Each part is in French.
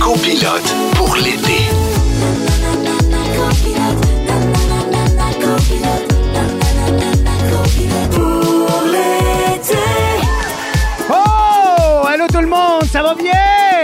copilote pour l'été. Oh! Allô tout le monde, ça va bien?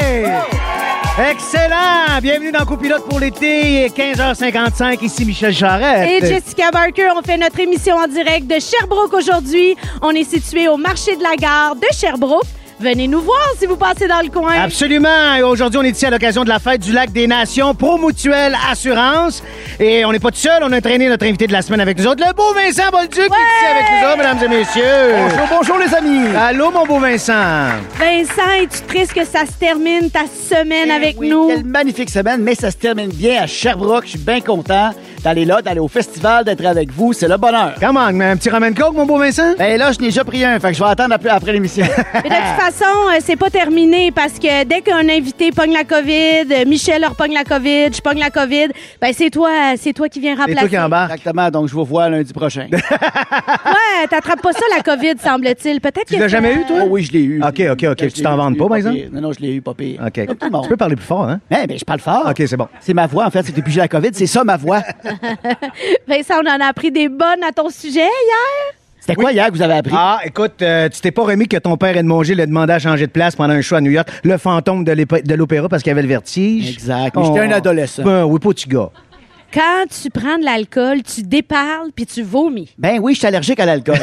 Excellent! Bienvenue dans Copilote pour l'été, 15h55, ici Michel Charette. Et Jessica Barker, on fait notre émission en direct de Sherbrooke aujourd'hui. On est situé au marché de la gare de Sherbrooke. Venez nous voir si vous passez dans le coin. Absolument! Et aujourd'hui, on est ici à l'occasion de la fête du Lac des Nations, Pro Mutuelle Assurance. Et on n'est pas tout seul, on a traîné notre invité de la semaine avec nous autres, le beau Vincent Bolduc, qui est ici avec nous autres, mesdames et messieurs. Bonjour les amis. Allô, mon beau Vincent. Vincent, es-tu triste que ça se termine ta semaine avec nous? Quelle magnifique semaine, mais ça se termine bien à Sherbrooke. Je suis bien content d'aller là, d'aller au festival, d'être avec vous. C'est le bonheur. Come on, un petit ramen coke, mon beau Vincent? Ben là, je n'ai déjà pris un, fait que je vais attendre après l'émission. Mais de toute façon, c'est pas terminé parce que dès qu'un invité pogne la COVID, Michel leur pogne la COVID, je pogne la COVID, ben c'est toi qui viens remplacer. C'est toi qui embarque. Exactement, donc je vous vois lundi prochain. Ouais, t'attrapes pas ça la COVID, semble-t-il. Peut-être Tu que l'as jamais eu, toi? Oh oui, je l'ai eu. OK. Tu t'en vantes pas, par exemple? Non, je l'ai eu, pas pire. OK. Comme tout le monde. Tu peux parler plus fort, hein? Ben, je parle fort. OK, c'est bon. C'est ma voix, en fait. C'est depuis que j'ai la COVID. C'est ça, ma voix. Vincent, on en a appris des bonnes à ton sujet hier. C'était quoi hier que vous avez appris? Ah, écoute, tu t'es pas remis que ton père Edmond Gilles l'a demandé à changer de place pendant un show à New York, le fantôme de l'opéra parce qu'il avait le vertige. Exact. Mais j'étais un adolescent. Ben oui, petit gars. Quand tu prends de l'alcool, tu déparles puis tu vomis. Ben oui, je suis allergique à l'alcool.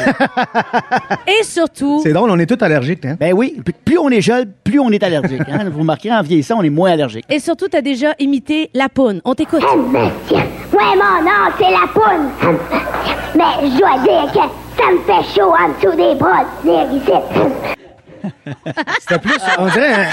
Et surtout... C'est drôle, on est tous allergiques, hein? Ben oui, plus on est jeune, plus on est allergique. Hein? Vous remarquerez, en vieillissant, on est moins allergique. Et surtout, t'as déjà imité la poune. On t'écoute. Monsieur, ouais, mon nom, c'est la poune. Mais je dois dire que ça me fait chaud en dessous des bras de venir ici. C'était plus, on dirait...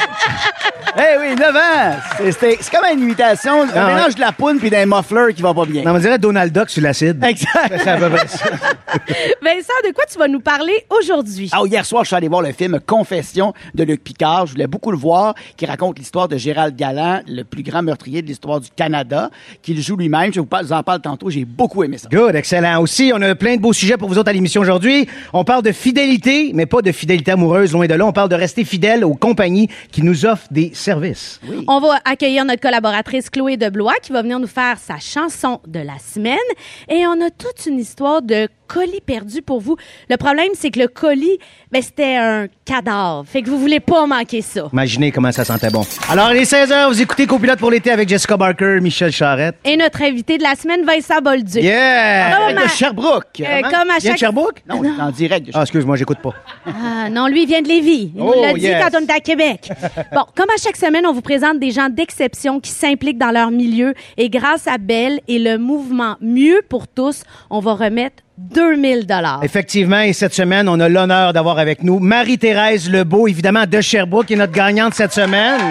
Eh oui, 9 ans! C'est comme une imitation, un mélange de la poune puis d'un muffler qui va pas bien. Non, on dirait Donald Duck sur l'acide. Exact. C'est à peu près ça. Vincent, de quoi tu vas nous parler aujourd'hui? Ah, hier soir, je suis allé voir le film Confession de Luc Picard. Je voulais beaucoup le voir, qui raconte l'histoire de Gérald Galland, le plus grand meurtrier de l'histoire du Canada, qu'il joue lui-même. Je vous en parle tantôt. J'ai beaucoup aimé ça. Good, excellent. Aussi, on a plein de beaux sujets pour vous autres à l'émission aujourd'hui. On parle de fidélité, mais pas de fidélité amoureuse, loin de là. On parle de rester fidèle aux compagnies qui nous offrent des services. Oui. On va accueillir notre collaboratrice Chloé Deblois qui va venir nous faire sa chanson de la semaine. Et on a toute une histoire de colis perdu pour vous. Le problème, c'est que le colis, c'était un cadavre. Fait que vous voulez pas manquer ça. Imaginez comment ça sentait bon. Alors, il est 16h, vous écoutez Copilote pour l'été avec Jessica Barker, Michel Charette. Et notre invité de la semaine, Vincent Bolduc. Yeah! Comme De Sherbrooke. comme à Il vient de chaque... Sherbrooke? Non, on est en direct de Ah, excuse-moi, j'écoute pas. Ah, non, lui, il vient de Lévis. Il nous Oh, l'a dit yes. quand on était à Québec. Bon, comme à chaque semaine, on vous présente des gens d'exception qui s'impliquent dans leur milieu. Et grâce à Belle et le mouvement Mieux pour tous, on va remettre 2000 $. Effectivement, et cette semaine, on a l'honneur d'avoir avec nous Marie-Thérèse Lebeau, évidemment, de Sherbrooke, qui est notre gagnante cette semaine.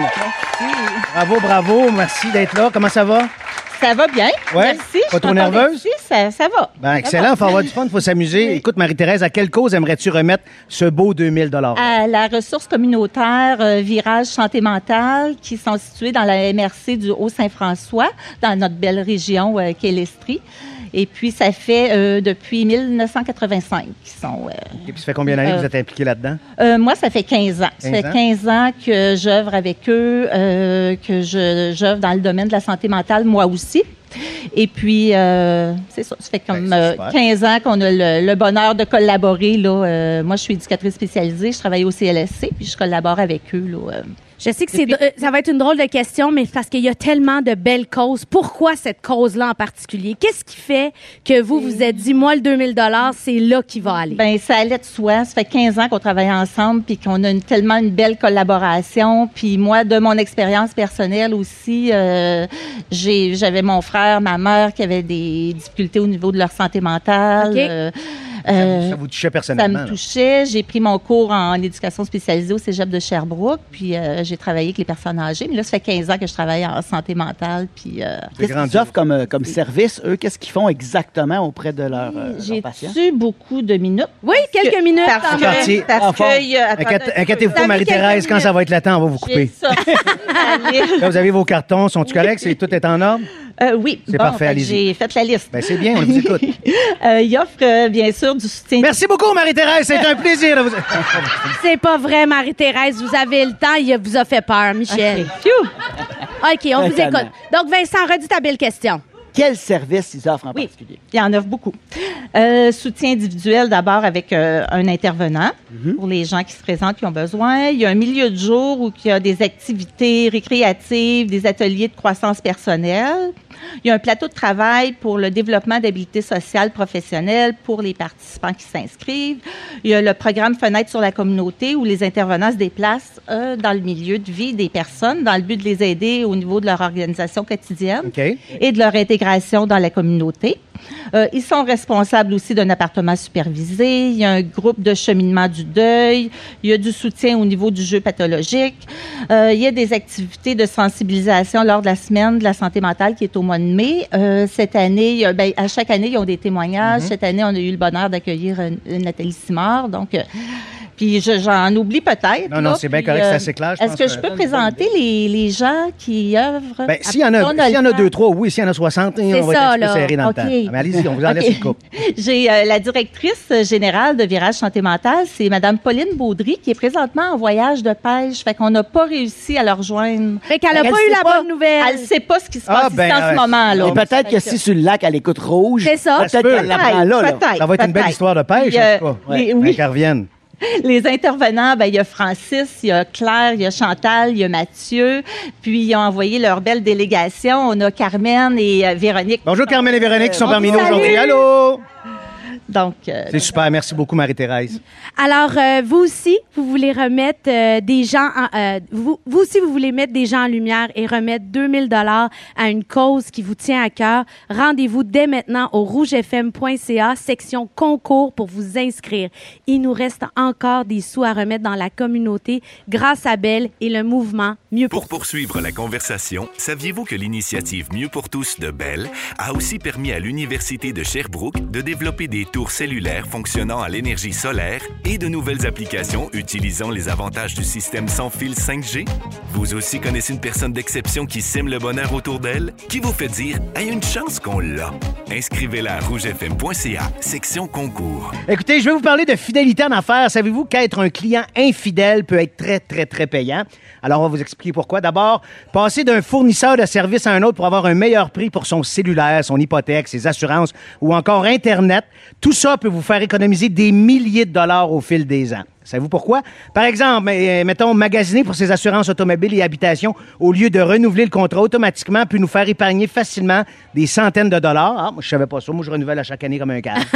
Merci. Bravo, merci d'être là. Comment ça va? Ça va bien. Ouais? Merci. Pas trop nerveuse? Ça va. Ben, excellent, il faut avoir du fun, il faut s'amuser. Écoute, Marie-Thérèse, à quelle cause aimerais-tu remettre ce beau 2000 $? À la ressource communautaire Virage Santé Mentale, qui sont situés dans la MRC du Haut-Saint-François, dans notre belle région qu'est l'Estrie. Et puis, ça fait depuis 1985 qu'ils sont... Et puis, ça fait combien d'années que vous êtes impliqué là-dedans? Moi, ça fait 15 ans. Ça fait 15 ans que j'œuvre avec eux, que j'œuvre dans le domaine de la santé mentale, moi aussi. Et puis, c'est ça. Ça fait comme 15 ans qu'on a le bonheur de collaborer. Là. Moi, je suis éducatrice spécialisée. Je travaille au CLSC, puis je collabore avec eux. Là. Je sais que ça va être une drôle de question, mais parce qu'il y a tellement de belles causes. Pourquoi cette cause-là en particulier? Qu'est-ce qui fait que vous vous êtes dit, moi, le 2000 $, c'est là qu'il va aller? Bien, ça allait de soi. Ça fait 15 ans qu'on travaille ensemble puis qu'on a tellement une belle collaboration. Puis moi, de mon expérience personnelle aussi, j'avais mon frère, ma mère qui avaient des difficultés au niveau de leur santé mentale. Okay. Ça vous touchait personnellement? Ça me touchait. J'ai pris mon cours en éducation spécialisée au cégep de Sherbrooke, puis j'ai travaillé avec les personnes âgées. Mais là, ça fait 15 ans que je travaille en santé mentale. Puis, qu'est-ce qu'ils offrent comme service, eux? Qu'est-ce qu'ils font exactement auprès de leurs patients? J'ai-tu beaucoup de minutes? Oui, quelques minutes. Parce que inquiétez-vous pas, Marie-Thérèse, quand ça va être le temps, on va vous couper. Là, vous avez vos cartons. Sont-ils corrects? Tout est en ordre? Oui. C'est parfait, allez-y. J'ai fait la liste. Ben, c'est bien, on vous écoute. Il offre, bien sûr, du soutien. Merci beaucoup, Marie-Thérèse. C'est un plaisir de vous... C'est pas vrai, Marie-Thérèse. Vous avez le temps. Il vous a fait peur, Michel. Okay. OK, on vous écoute. Donc, Vincent, redis ta belle question. Quel service ils offrent en particulier? Il y en offre beaucoup. Soutien individuel d'abord avec un intervenant pour les gens qui se présentent, qui ont besoin. Il y a un milieu de jour où il y a des activités récréatives, des ateliers de croissance personnelle. Il y a un plateau de travail pour le développement d'habiletés sociales professionnelles pour les participants qui s'inscrivent. Il y a le programme Fenêtre sur la communauté où les intervenants se déplacent dans le milieu de vie des personnes dans le but de les aider au niveau de leur organisation quotidienne et de leur intégration dans la communauté. Ils sont responsables aussi d'un appartement supervisé. Il y a un groupe de cheminement du deuil. Il y a du soutien au niveau du jeu pathologique. Il y a des activités de sensibilisation lors de la semaine de la santé mentale qui est au mois de mai. Cette année, à chaque année, ils ont des témoignages. Cette année, on a eu le bonheur d'accueillir Nathalie Simard. Donc, puis j'en oublie peut-être. Non, c'est bien correct, c'est assez clair. Est-ce que je peux présenter les gens qui œuvrent? Bien, s'il y en a 2, 3, oui. S'il y en a 60, on va être un petit peu serré dans le temps. Mais allez-y, on vous en laisse une coupe. J'ai la directrice générale de Virage Santé Mentale, c'est Mme Pauline Baudry, qui est présentement en voyage de pêche. Fait qu'on n'a pas réussi à la rejoindre. Fait qu'elle n'a pas eu la bonne nouvelle. Elle ne sait pas ce qui se passe ici en ce moment-là. Et peut-être que si sur le lac, elle écoute rouge, c'est ça. Peut-être qu'elle l'apprend là. Ça va être une belle histoire de pêche, en tout cas. Oui. Qu'elle revienne. Les intervenants, il y a Francis, il y a Claire, il y a Chantal, il y a Mathieu. Puis, ils ont envoyé leur belle délégation. On a Carmen et Véronique. Bonjour, Carmen et Véronique qui sont parmi nous aujourd'hui. Allô? Donc, c'est super. Merci beaucoup, Marie-Thérèse. Alors, vous aussi, vous voulez remettre des gens... vous aussi, vous voulez mettre des gens en lumière et remettre 2000 $ à une cause qui vous tient à cœur. Rendez-vous dès maintenant au rougefm.ca, section concours pour vous inscrire. Il nous reste encore des sous à remettre dans la communauté grâce à Belle et le mouvement Mieux pour tous. Pour poursuivre la conversation, saviez-vous que l'initiative Mieux pour tous de Belle a aussi permis à l'Université de Sherbrooke de développer des tours cellulaires fonctionnant à l'énergie solaire et de nouvelles applications utilisant les avantages du système sans fil 5G? Vous aussi connaissez une personne d'exception qui sème le bonheur autour d'elle? Qui vous fait dire « Hey, une chance qu'on l'a ». Inscrivez-la à rougefm.ca, section concours. Écoutez, je vais vous parler de fidélité en affaires. Savez-vous qu'être un client infidèle peut être très, très, très payant? Alors, on va vous expliquer pourquoi. D'abord, passer d'un fournisseur de services à un autre pour avoir un meilleur prix pour son cellulaire, son hypothèque, ses assurances ou encore Internet, tout ça peut vous faire économiser des milliers de dollars au fil des ans. Savez-vous pourquoi? Par exemple, mettons, magasiner pour ses assurances automobiles et habitations, au lieu de renouveler le contrat automatiquement, peut nous faire épargner facilement des centaines de dollars. Ah, moi, je savais pas ça. Moi, je renouvelle à chaque année comme un cadre.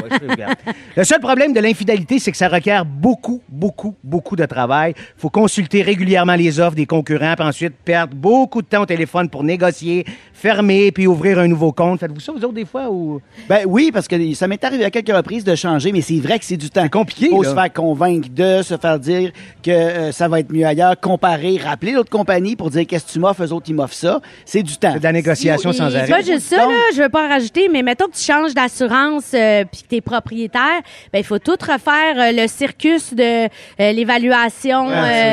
Le seul problème de l'infidélité, c'est que ça requiert beaucoup, beaucoup, beaucoup de travail. Il faut consulter régulièrement les offres des concurrents, puis ensuite perdre beaucoup de temps au téléphone pour négocier, fermer, puis ouvrir un nouveau compte. Faites-vous ça, vous autres, des fois? Ou... Ben oui, parce que ça m'est arrivé à quelques reprises de changer, mais c'est vrai que c'est du temps. C'est compliqué, faut se faire convaincre de se faire dire que ça va être mieux ailleurs, comparer, rappeler l'autre compagnie pour dire qu'est-ce que tu m'offres, eux autres, ils m'offrent ça. C'est du temps. C'est de la négociation sans arrêt. C'est pas juste ça, là, je veux pas en rajouter, mais mettons que tu changes d'assurance puis que tu es propriétaire, ben il faut tout refaire le circus de l'évaluation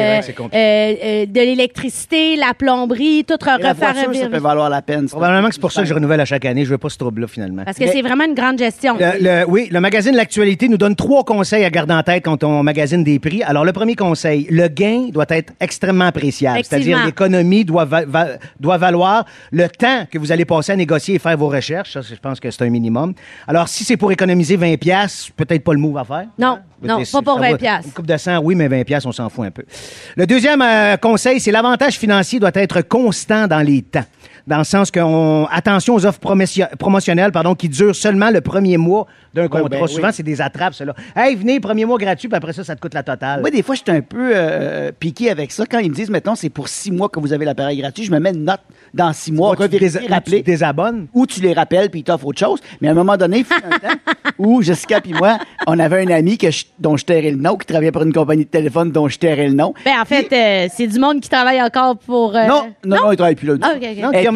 de l'électricité, la plomberie, tout refaire. La voiture, ça peut valoir la peine. Probablement que c'est pour ça que je renouvelle à chaque année. Je veux pas ce trouble-là, finalement. Parce que c'est vraiment une grande gestion. Oui, le magazine L'Actualité nous donne 3 conseils à garder en tête quand on magasine des prix. Alors, le premier conseil, le gain doit être extrêmement appréciable. C'est-à-dire l'économie doit valoir le temps que vous allez passer à négocier et faire vos recherches. Ça, je pense que c'est un minimum. Alors, si c'est pour économiser 20$, peut-être pas le move à faire. Non, pas pour 20$. Une coupe de 100, oui, mais 20$, on s'en fout un peu. Le deuxième conseil, c'est l'avantage financier doit être constant dans les temps. Dans le sens attention aux offres promotionnelles, qui durent seulement le premier mois d'un contrat. Souvent, c'est des attrapes, cela. Hey, venez, premier mois gratuit, puis après ça te coûte la totale. Moi, des fois, je suis un peu piqué avec ça. Quand ils me disent, mettons, c'est pour 6 mois que vous avez l'appareil gratuit, je me mets une note dans 6 mois. Tu te désabonnes. Ou tu les rappelles, puis ils t'offrent autre chose. Mais à un moment donné, il faut un temps où Jessica puis moi, on avait un ami dont je tairais le nom, qui travaillait pour une compagnie de téléphone dont je tairais le nom. Ben, en fait, c'est du monde qui travaille encore pour... Non, il travaille plus là. Okay. Non,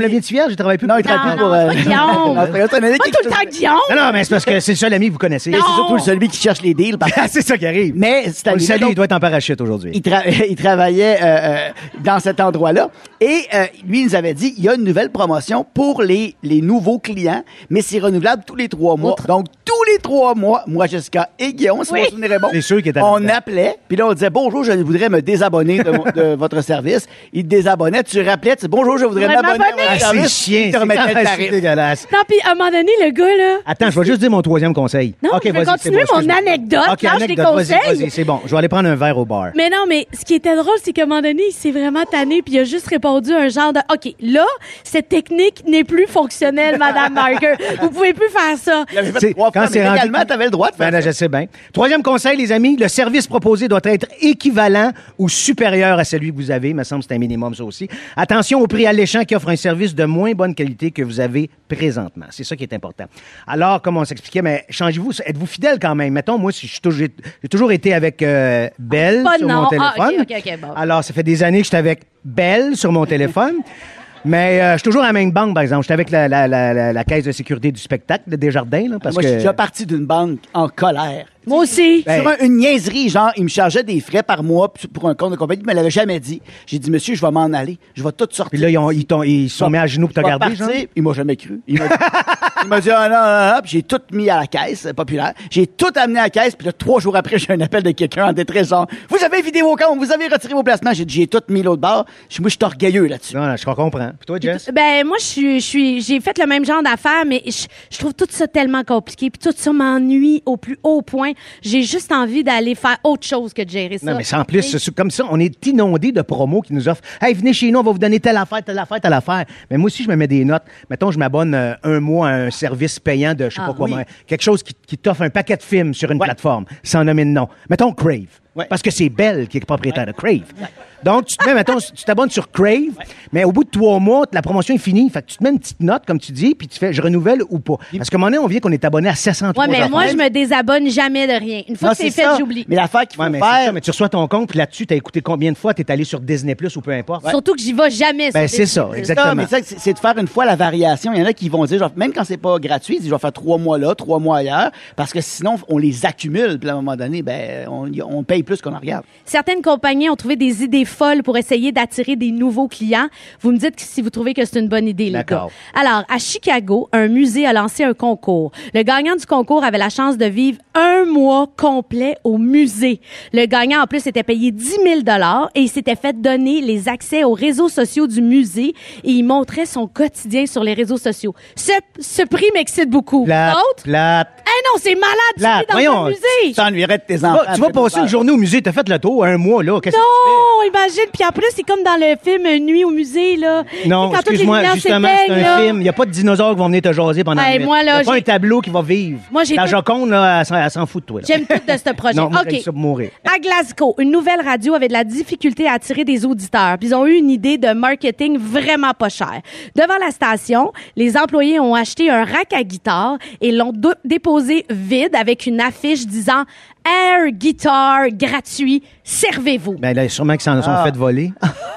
l'aviez dit hier, j'ai travaillé plus. Non, il travaille plus pour... c'est pas Guillaume. Non, c'est un ami Pas qui- tout le temps Guillaume. Non, mais c'est parce que c'est le seul ami que vous connaissez. C'est surtout celui qui cherche les deals. C'est ça qui arrive. Mais c'est On le ami- salue, il doit être en parachute aujourd'hui. il travaillait dans cet endroit-là. Et lui, il nous avait dit, il y a une nouvelle promotion pour les nouveaux clients, mais c'est renouvelable tous les 3 mois. Donc, tous les 3 mois, moi, Jessica et Guillaume, si mon souvenir est bon, C'est sûr qu'il était on là-dedans. appelait, puis là, on disait, bonjour, je voudrais me désabonner de votre service. Il te désabonnait, tu rappelais, tu dis, bonjour, je voudrais Ouais, m'abonner à m'abonner. votre Ah, service. c'est chiant. Il te remettait le c'est tarif. dégueulasse. Non, puis à un moment donné, le gars, là. Attends, je vais juste dire mon 3e conseil. Non, OK, je vais vas-y, continuer c'est bon, mon excuse-moi. anecdote, OK, lâche les anecdote, conseils. Vas-y, c'est bon. Je vais aller prendre un verre au bar. Mais non, mais ce qui était drôle, c'est qu'à un moment donné, il s'est vraiment tanné, puis il a juste répondu un genre de OK, là, cette technique n'est plus fonctionnelle, Madame Marker. Vous pouvez plus faire ça. Il avait fait C'est- 3 fois, quand c'est mais rendu- légalement, t'avais le droit de faire Ben, là, ça. je sais bien. 3e conseil, les amis, le service proposé doit être équivalent ou supérieur à celui que vous avez. Il me semble que c'est un minimum, ça aussi. Attention au prix alléchant qui offre un service de moins bonne qualité que vous avez présentement. C'est ça qui est important. Alors, comme on s'expliquait, mais changez-vous, êtes-vous fidèle quand même? Mettons, moi, si j'ai toujours été avec Belle Pas sur non. mon Ah, téléphone. OK, bon. Alors, ça fait des années que je suis avec Belle sur mon téléphone. Mais je suis toujours à la même banque, par exemple. J'étais avec la caisse de sécurité du spectacle de Desjardins. Là, parce Moi, je suis que... déjà parti d'une banque en colère. Moi aussi. Ben, Sur une niaiserie, genre, il me chargeait des frais par mois pour un compte de compagnie, il me l'avait jamais dit. J'ai dit, monsieur, je vais m'en aller. Je vais tout sortir. Puis là, ils se sont mis à genoux pour te Je vais garder, genre? partir. Il m'a jamais cru. Il m'a dit, ah non, non, non. Puis j'ai tout mis à la caisse populaire. J'ai tout amené à la caisse. Puis là, 3 jours après, j'ai un appel de quelqu'un en détresse, genre, vous avez vidé vos comptes, vous avez retiré vos placements. J'ai dit, j'ai tout mis l'autre bord. Moi, je suis orgueilleux là-dessus. Non, non, je comprends. Puis toi, Jess? Ben moi j'ai fait le même genre d'affaires, mais je trouve tout ça tellement compliqué, puis tout ça m'ennuie au plus haut point. J'ai juste envie d'aller faire autre chose que de gérer ça. Non, mais c'est en plus, c'est comme ça, on est inondé de promos qui nous offrent. Hey, venez chez nous, on va vous donner telle affaire, telle affaire, telle affaire. Mais moi aussi, je me mets des notes. Mettons, je m'abonne un mois à un service payant de je sais pas quoi, mais quelque chose qui t'offre un paquet de films sur une plateforme, sans nommer de nom. Mettons Crave. Ouais. Parce que c'est Belle qui est propriétaire de Crave. Donc, tu te mets, mettons, tu t'abonnes sur Crave, mais au bout de 3 mois, la promotion est finie. Fait que tu te mets une petite note, comme tu dis, puis tu fais je renouvelle ou pas. Parce qu'à un moment donné, on vient qu'on est abonné à 703 Ouais, mais moi, affaires. je me désabonne jamais de rien. Une fois Non, que c'est c'est fait, ça. j'oublie. Mais l'affaire qu'il faut Ouais, mais c'est faire, ça, mais tu reçois ton compte, puis là-dessus, t'as écouté combien de fois, t'es allé sur Disney Plus ou peu importe. Surtout que j'y vais jamais. Ben, sur c'est Disney+. ça, ça, exactement. mais ça, c'est de faire une fois la variation. Il y en a qui vont dire, genre, même quand c'est pas gratuit, ils disent, je vais faire 3 mois là, 3 mois ailleurs, parce que sinon, on les accumule. Puis à un moment donné, ben, on paye plus qu'on en regarde. Certaines compagnies ont trouvé des idées folles pour essayer d'attirer des nouveaux clients. Vous me dites si vous trouvez que c'est une bonne idée, les D'accord. gars. Alors, à Chicago, un musée a lancé un concours. Le gagnant du concours avait la chance de vivre 1 mois complet au musée. Le gagnant, en plus, était payé 10 000 et il s'était fait donner les accès aux réseaux sociaux du musée et il montrait son quotidien sur les réseaux sociaux. Ce prix m'excite beaucoup. Plate, Autre? plate. Eh non, c'est malade, tu Plate. vis dans Voyons, un musée. Tu t'ennuierais de tes enfants. Tu vas passer une journée au musée, t'as fait le tour, 1 mois, là. Qu'est-ce que Non, imagine. Puis en plus, c'est comme dans le film Nuit au musée, là. tu fais? Non, Quand toutes les excuse-moi, lumières justement, c'est s'éteignent, un là. film. Il n'y a pas de dinosaures qui vont venir te jaser pendant Hey, la nuit. moi, là, Il y a pas j'ai- un tableau qui va vivre. Moi, j'ai La tout- Joconde, là, elle s'en fout de toi. Là. J'aime tout de ce projet. Non, moi, OK. j'aime ça pour mourir. À Glasgow, une nouvelle radio avait de la difficulté à attirer des auditeurs. Puis ils ont eu une idée de marketing vraiment pas chère. Devant la station, les employés ont acheté un rack à guitare et l'ont déposé vide avec une affiche disant Air Guitar gratuit, servez-vous. Ben là, sûrement qu'ils s'en sont fait voler.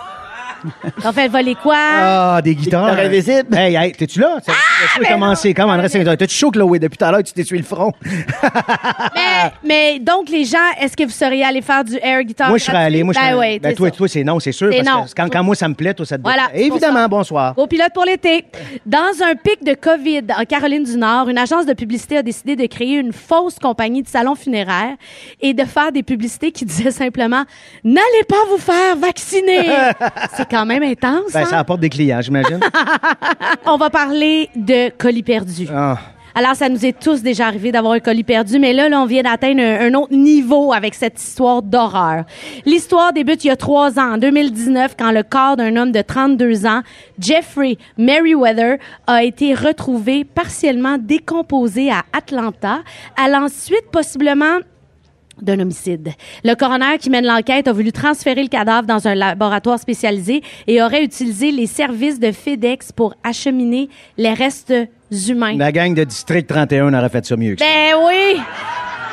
T'en fait voler quoi? Ah, des guitares. guitares invisibles. Hey, t'es-tu là? Le show est commencé. Comment, André Saint-Jean? T'es-tu chaud, Chloé? Depuis tout à l'heure, tu t'es tué le front. Mais donc, les gens, est-ce que vous seriez allés faire du air guitar Moi, je serais gratuit? allé. Moi, je Ben serais ouais, ben, c'est toi, ça. c'est non, c'est sûr. C'est Parce non. que quand moi, ça me plaît, toi, ça te Voilà, déplaît. c'est pour Évidemment, ça. bonsoir. Au pilote pour l'été. Dans un pic de COVID en Caroline du Nord, une agence de publicité a décidé de créer une fausse compagnie de salon funéraire et de faire des publicités qui disaient simplement « N'allez pas vous faire vacciner! » C'est quand même intense, Ben, hein? ça apporte des clients, j'imagine. On va parler de colis perdus. Ah. Alors, ça nous est tous déjà arrivé d'avoir un colis perdu, mais là, on vient d'atteindre un autre niveau avec cette histoire d'horreur. L'histoire débute il y a 3 ans, en 2019, quand le corps d'un homme de 32 ans, Jeffrey Merriweather, a été retrouvé partiellement décomposé à Atlanta, allant ensuite possiblement d'un homicide. Le coroner qui mène l'enquête a voulu transférer le cadavre dans un laboratoire spécialisé et aurait utilisé les services de FedEx pour acheminer les restes humains. La gang de District 31 aurait fait ça mieux que ça. Ben oui!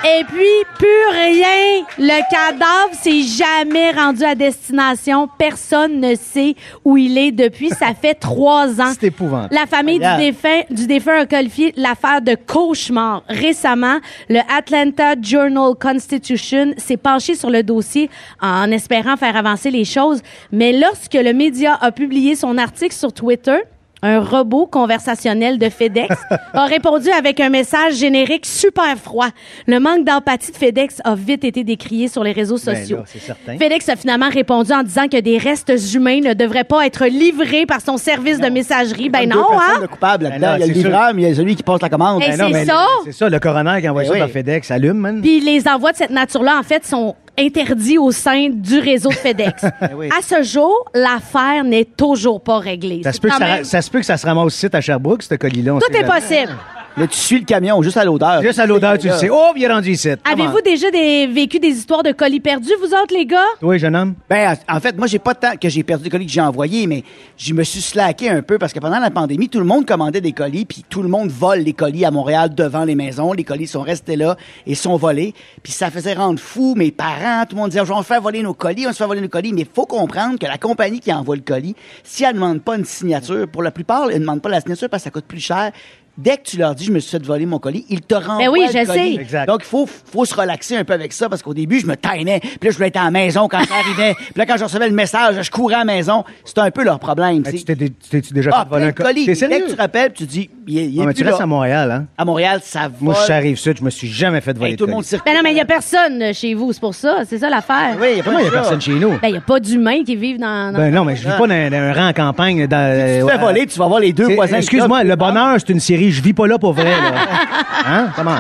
Et puis, plus rien. Le cadavre s'est jamais rendu à destination. Personne ne sait où il est depuis. Ça fait 3 ans. C'est épouvantable. La famille du défunt a qualifié l'affaire de cauchemar. Récemment, le Atlanta Journal-Constitution s'est penché sur le dossier en espérant faire avancer les choses. Mais lorsque le média a publié son article sur Twitter, un robot conversationnel de FedEx a répondu avec un message générique super froid. Le manque d'empathie de FedEx a vite été décrié sur les réseaux sociaux. Ben là, c'est certain. FedEx a finalement répondu en disant que des restes humains ne devraient pas être livrés par son service de messagerie. Ben non, hein? Le coupable là-dedans. Ben non, il y a le c'est livreur, mais il y a celui qui passe la commande. Hey, Ben non, c'est ça. C'est ça, le coroner qui envoie ça oui. par FedEx allume, man. Puis les envois de cette nature-là, en fait, sont interdits au sein du réseau de FedEx. oui. À ce jour, l'affaire n'est toujours pas réglée. Ça se peut que ça se ramasse aussi à Sherbrooke, ce colis-là. on Tout sait est jamais. possible. Là, tu suis le camion juste à l'odeur. Juste à l'odeur, tu le sais. Oh, il est rendu ici. Avez-vous déjà vécu des histoires de colis perdus, vous autres, les gars? Oui, jeune homme. Ben, en fait, moi, j'ai pas tant que j'ai perdu des colis que j'ai envoyés, mais je me suis slacké un peu parce que pendant la pandémie, tout le monde commandait des colis, puis tout le monde vole les colis à Montréal devant les maisons. Les colis sont restés là et sont volés. Puis ça faisait rendre fou mes parents. Tout le monde disait, on va faire voler nos colis, on se fait voler nos colis. Mais il faut comprendre que la compagnie qui envoie le colis, si elle ne demande pas une signature, pour la plupart, elle ne demande pas la signature parce que ça coûte plus cher. Dès que tu leur dis, je me suis fait voler mon colis, ils te renvoient oui, le je colis. sais. Exact. Donc, il faut se relaxer un peu avec ça parce qu'au début, je me tainais. Puis là, je voulais être à la maison quand ça arrivait. Puis là, quand je recevais le message, je courais à la maison. C'était un peu leur problème. Hey, tu sais. t'es-tu déjà Ah, fait voler un plein de colis. T'es Dès sérieux? que tu rappelles, tu dis, il est Ah, mais plus tu restes là. à Montréal, hein? À Montréal, ça vole. Moi, je suis arrivé sud, je me suis jamais fait voler Hey, de tout le colis. monde circule. Ben non, mais il n'y a personne chez vous, c'est pour ça. C'est ça l'affaire. Oui, il y a pas Comment il y a ça. personne chez nous? Ben, il n'y a pas d'humains qui vivent dans... Ben non, mais je vis pas dans un rang en campagne. Si tu te fais voler, tu vas voir les deux voisins. Excuse-moi, Le Bonheur, c'est une série. Je vis pas là pour vrai, là. Hein? Comment?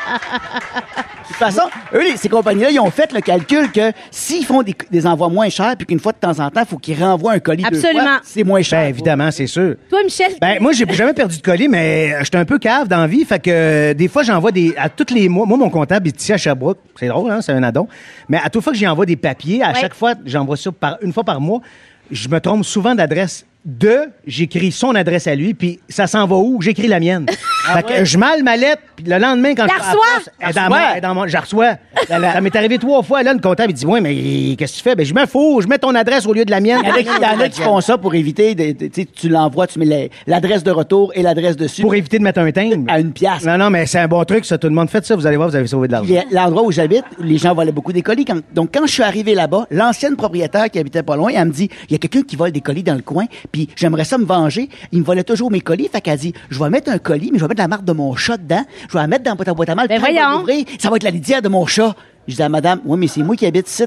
De toute façon, eux, ces compagnies-là, ils ont fait le calcul que s'ils font des envois moins chers, puis qu'une fois de temps en temps, il faut qu'ils renvoient un colis Absolument. 2 fois, c'est moins cher. Ben évidemment, c'est sûr. Toi, Michel? Ben moi, j'ai jamais perdu de colis, mais j'étais un peu cave dans la vie. Fait que des fois, j'envoie à tous les mois. Moi, mon comptable est ici à Sherbrooke. C'est drôle, hein? C'est un addon. Mais à toute fois que j'y envoie des papiers, à chaque fois, j'envoie ça une fois par mois, je me trompe souvent d'adresse. J'écris son adresse à lui, puis ça s'en va où? J'écris la mienne. Fait que je mets ma lettre, puis le lendemain, quand La je reçois? je la reçois. Ça m'est arrivé 3 fois. Là, le comptable, il dit, ouais, mais qu'est-ce que tu fais? Ben, je mets ton adresse au lieu de la mienne. Il y en a qui font ça pour éviter, tu l'envoies, tu mets l'adresse de retour et l'adresse dessus. Pour éviter de mettre un timbre. À 1 piastre. Non, mais c'est un bon truc, ça. Tout le monde fait ça. Vous allez voir, vous avez sauvé de l'argent. L'endroit où j'habite, les gens volaient beaucoup des colis. Donc, quand je suis arrivé là-bas, l'ancienne propriétaire qui habitait pas loin, elle me dit, il y a quelqu'un qui vole des colis dans le coin, puis j'aimerais ça me venger. Il me volait toujours mes colis. Fait qu'elle dit, je vais mettre un colis, mais je vais mettre la marque de mon chat dedans. Je vais la mettre dans ta boîte à mal. Ben puis quand elle va voyons. l'ouvrir, ça va être la litière de mon chat. Je dis à madame, oui, mais c'est moi qui habite ici.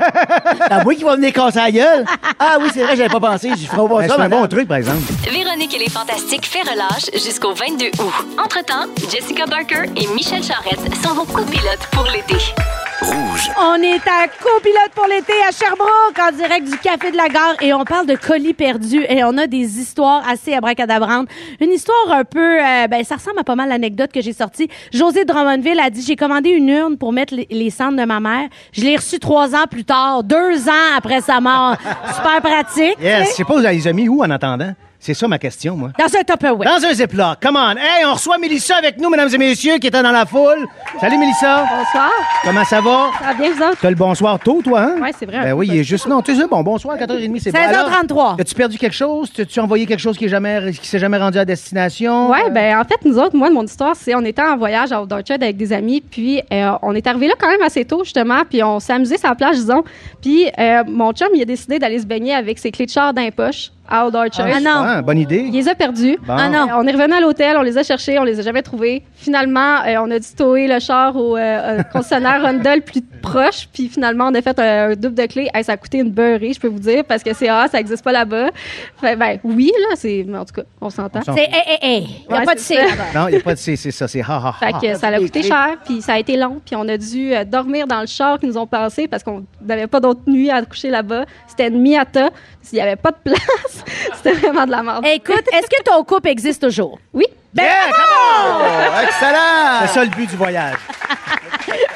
C'est moi qui va venir casser la gueule. Ah oui, c'est vrai, j'avais pas pensé. Je ferai pas Ben, ça, c'est un madame. bon truc, par exemple. Véronique et les Fantastiques fait relâche jusqu'au 22 août. Entre-temps, Jessica Barker et Michel Charette sont vos copilotes pour l'été. Rouge. On est à copilote pour l'été à Sherbrooke, en direct du Café de la Gare, et on parle de colis perdus, et on a des histoires assez abracadabrantes. Une histoire un peu, ça ressemble à pas mal l'anecdote que j'ai sortie. Josée de Drummondville a dit, j'ai commandé une urne pour mettre les cendres de ma mère. Je l'ai reçue 3 ans plus tard, 2 ans après sa mort. Super pratique. Yes. Je sais pas, vous les avez mis où en attendant? C'est ça ma question, moi. Dans un Tupperware. Dans un Ziploc. Come on. Hey, on reçoit Mélissa avec nous, mesdames et messieurs, qui était dans la foule. Salut, Mélissa. Bonsoir. Comment ça va? Ça va bien, vous autres? T'as le bonsoir tôt, toi, hein? Ouais, c'est vrai, un Ben peu oui, il est juste... Non, tu sais, bonsoir, 4h30, c'est bon. Alors, 16h33. as-tu perdu quelque chose? As-tu envoyé quelque chose qui s'est jamais rendu à destination? Ouais, ben en fait, nous autres, moi, mon histoire, c'est on était en voyage à Orchard avec des amis, puis on est arrivé là quand même assez tôt, justement, puis on s'est amusé sur la plage, disons. Puis mon chum, il a décidé d'aller se baigner avec ses clés de char dans les poches à Old Orchard. Ah non. Ah, bonne idée. Il les a perdus. Bon. Ah non. On est revenu à l'hôtel, on les a cherchés, on les a jamais trouvés. Finalement, on a dû tower le char au concessionnaire Honda le plus proche, puis finalement, on a fait un double de clés. Hey, ça a coûté une beurrée, je peux vous dire, parce que ça n'existe pas là-bas. Fait, ben oui, là, mais en tout cas, on s'entend. On s'en C'est il n'y a Ouais, pas de c'est C ça. là-bas. Non, il n'y a pas de... C'est ça, c'est ha, ha, Fait ha. que ça a coûté cher, puis ça a été long, puis on a dû dormir dans le char qu'ils nous ont passé parce qu'on n'avait pas d'autre nuit à coucher là-bas. C'était une miata, il n'y avait pas de place. C'était vraiment de la merde. Écoute, est-ce que ton couple existe toujours? Oui. Ben, Yeah, come on! Excellent! C'est ça le but du voyage.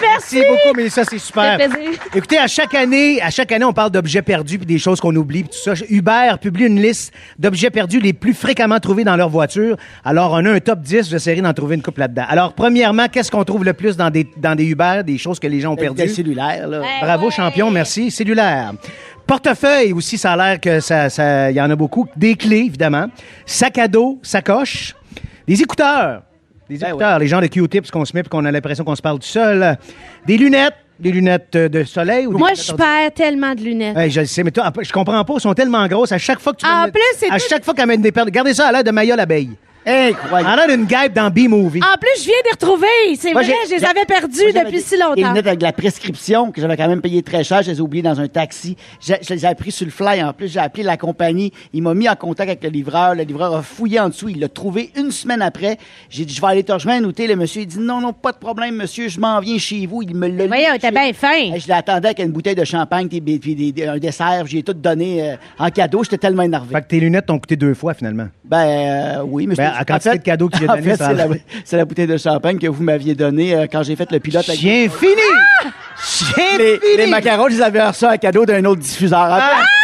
Merci beaucoup, mais ça, c'est super. Ça fait plaisir. Écoutez, à chaque année, on parle d'objets perdus puis des choses qu'on oublie puis tout ça. Uber publie une liste d'objets perdus les plus fréquemment trouvés dans leur voiture. Alors, on a un top 10. J'essaierai d'en trouver une couple là-dedans. Alors, premièrement, qu'est-ce qu'on trouve le plus dans des Uber, des choses que les gens ont perdues? Des cellulaires, là. Bravo, champion, merci. Cellulaire. Portefeuille aussi, ça a l'air que il y en a beaucoup. Des clés, évidemment. Sac à dos, sacoche. Des écouteurs. Les gens de Q-tips qu'on se met et qu'on a l'impression qu'on se parle tout seul. Des lunettes de soleil. Ou Moi, je perds tellement de lunettes. Je le sais, mais toi, je comprends pas. Elles sont tellement grosses. À chaque fois que tu chaque fois qu'elles mettent des perles, regardez ça à l'air de Maya l'abeille. Incroyable. En l'air d'une guêpe dans B-Movie. En plus, je viens de les retrouver. C'est vrai, je les avais perdus depuis si longtemps. Des lunettes avec de la prescription que j'avais quand même payé très cher. Je les ai oubliées dans un taxi. Je les ai pris sur le fly. En plus, j'ai appelé la compagnie. Il m'a mis en contact avec le livreur. Le livreur a fouillé en dessous. Il l'a trouvé une semaine après. J'ai dit, je vais aller te rejoindre. Le monsieur, il dit, non, pas de problème, monsieur. Je m'en viens chez vous. Il me l'a dit. Voyons, t'es bien fin. Je l'attendais avec une bouteille de champagne puis un dessert. J'ai tout donné en cadeau. J'étais tellement énervé. Fait que tes lunettes t'ont coûté 2 fois, finalement. Oui, mais à quantité de cadeaux que j'ai donné, c'est la bouteille de champagne que vous m'aviez donnée quand j'ai fait le pilote. Chien fini! Chien fini! Les macarons, je les avais reçus en cadeau d'un autre diffuseur.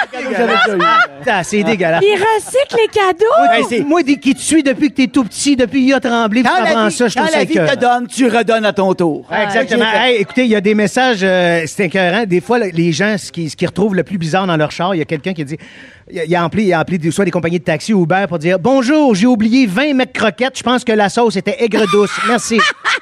C'est dégueulasse. Il recycle les cadeaux! Moi, qui te suis depuis que t'es tout petit, depuis qu'il y a tremblé, tu apprends ça, je trouve ça écœurant. Quand la vie te donne, tu redonnes à ton tour. Exactement. Écoutez, il y a des messages, c'est écœurant. Des fois, les gens, ce qu'ils retrouvent le plus bizarre dans leur char, il y a quelqu'un qui dit... Il a appelé soit des compagnies de taxi ou Uber pour dire « Bonjour, j'ai oublié 20 mecs croquettes. Je pense que la sauce était aigre-douce. Merci. »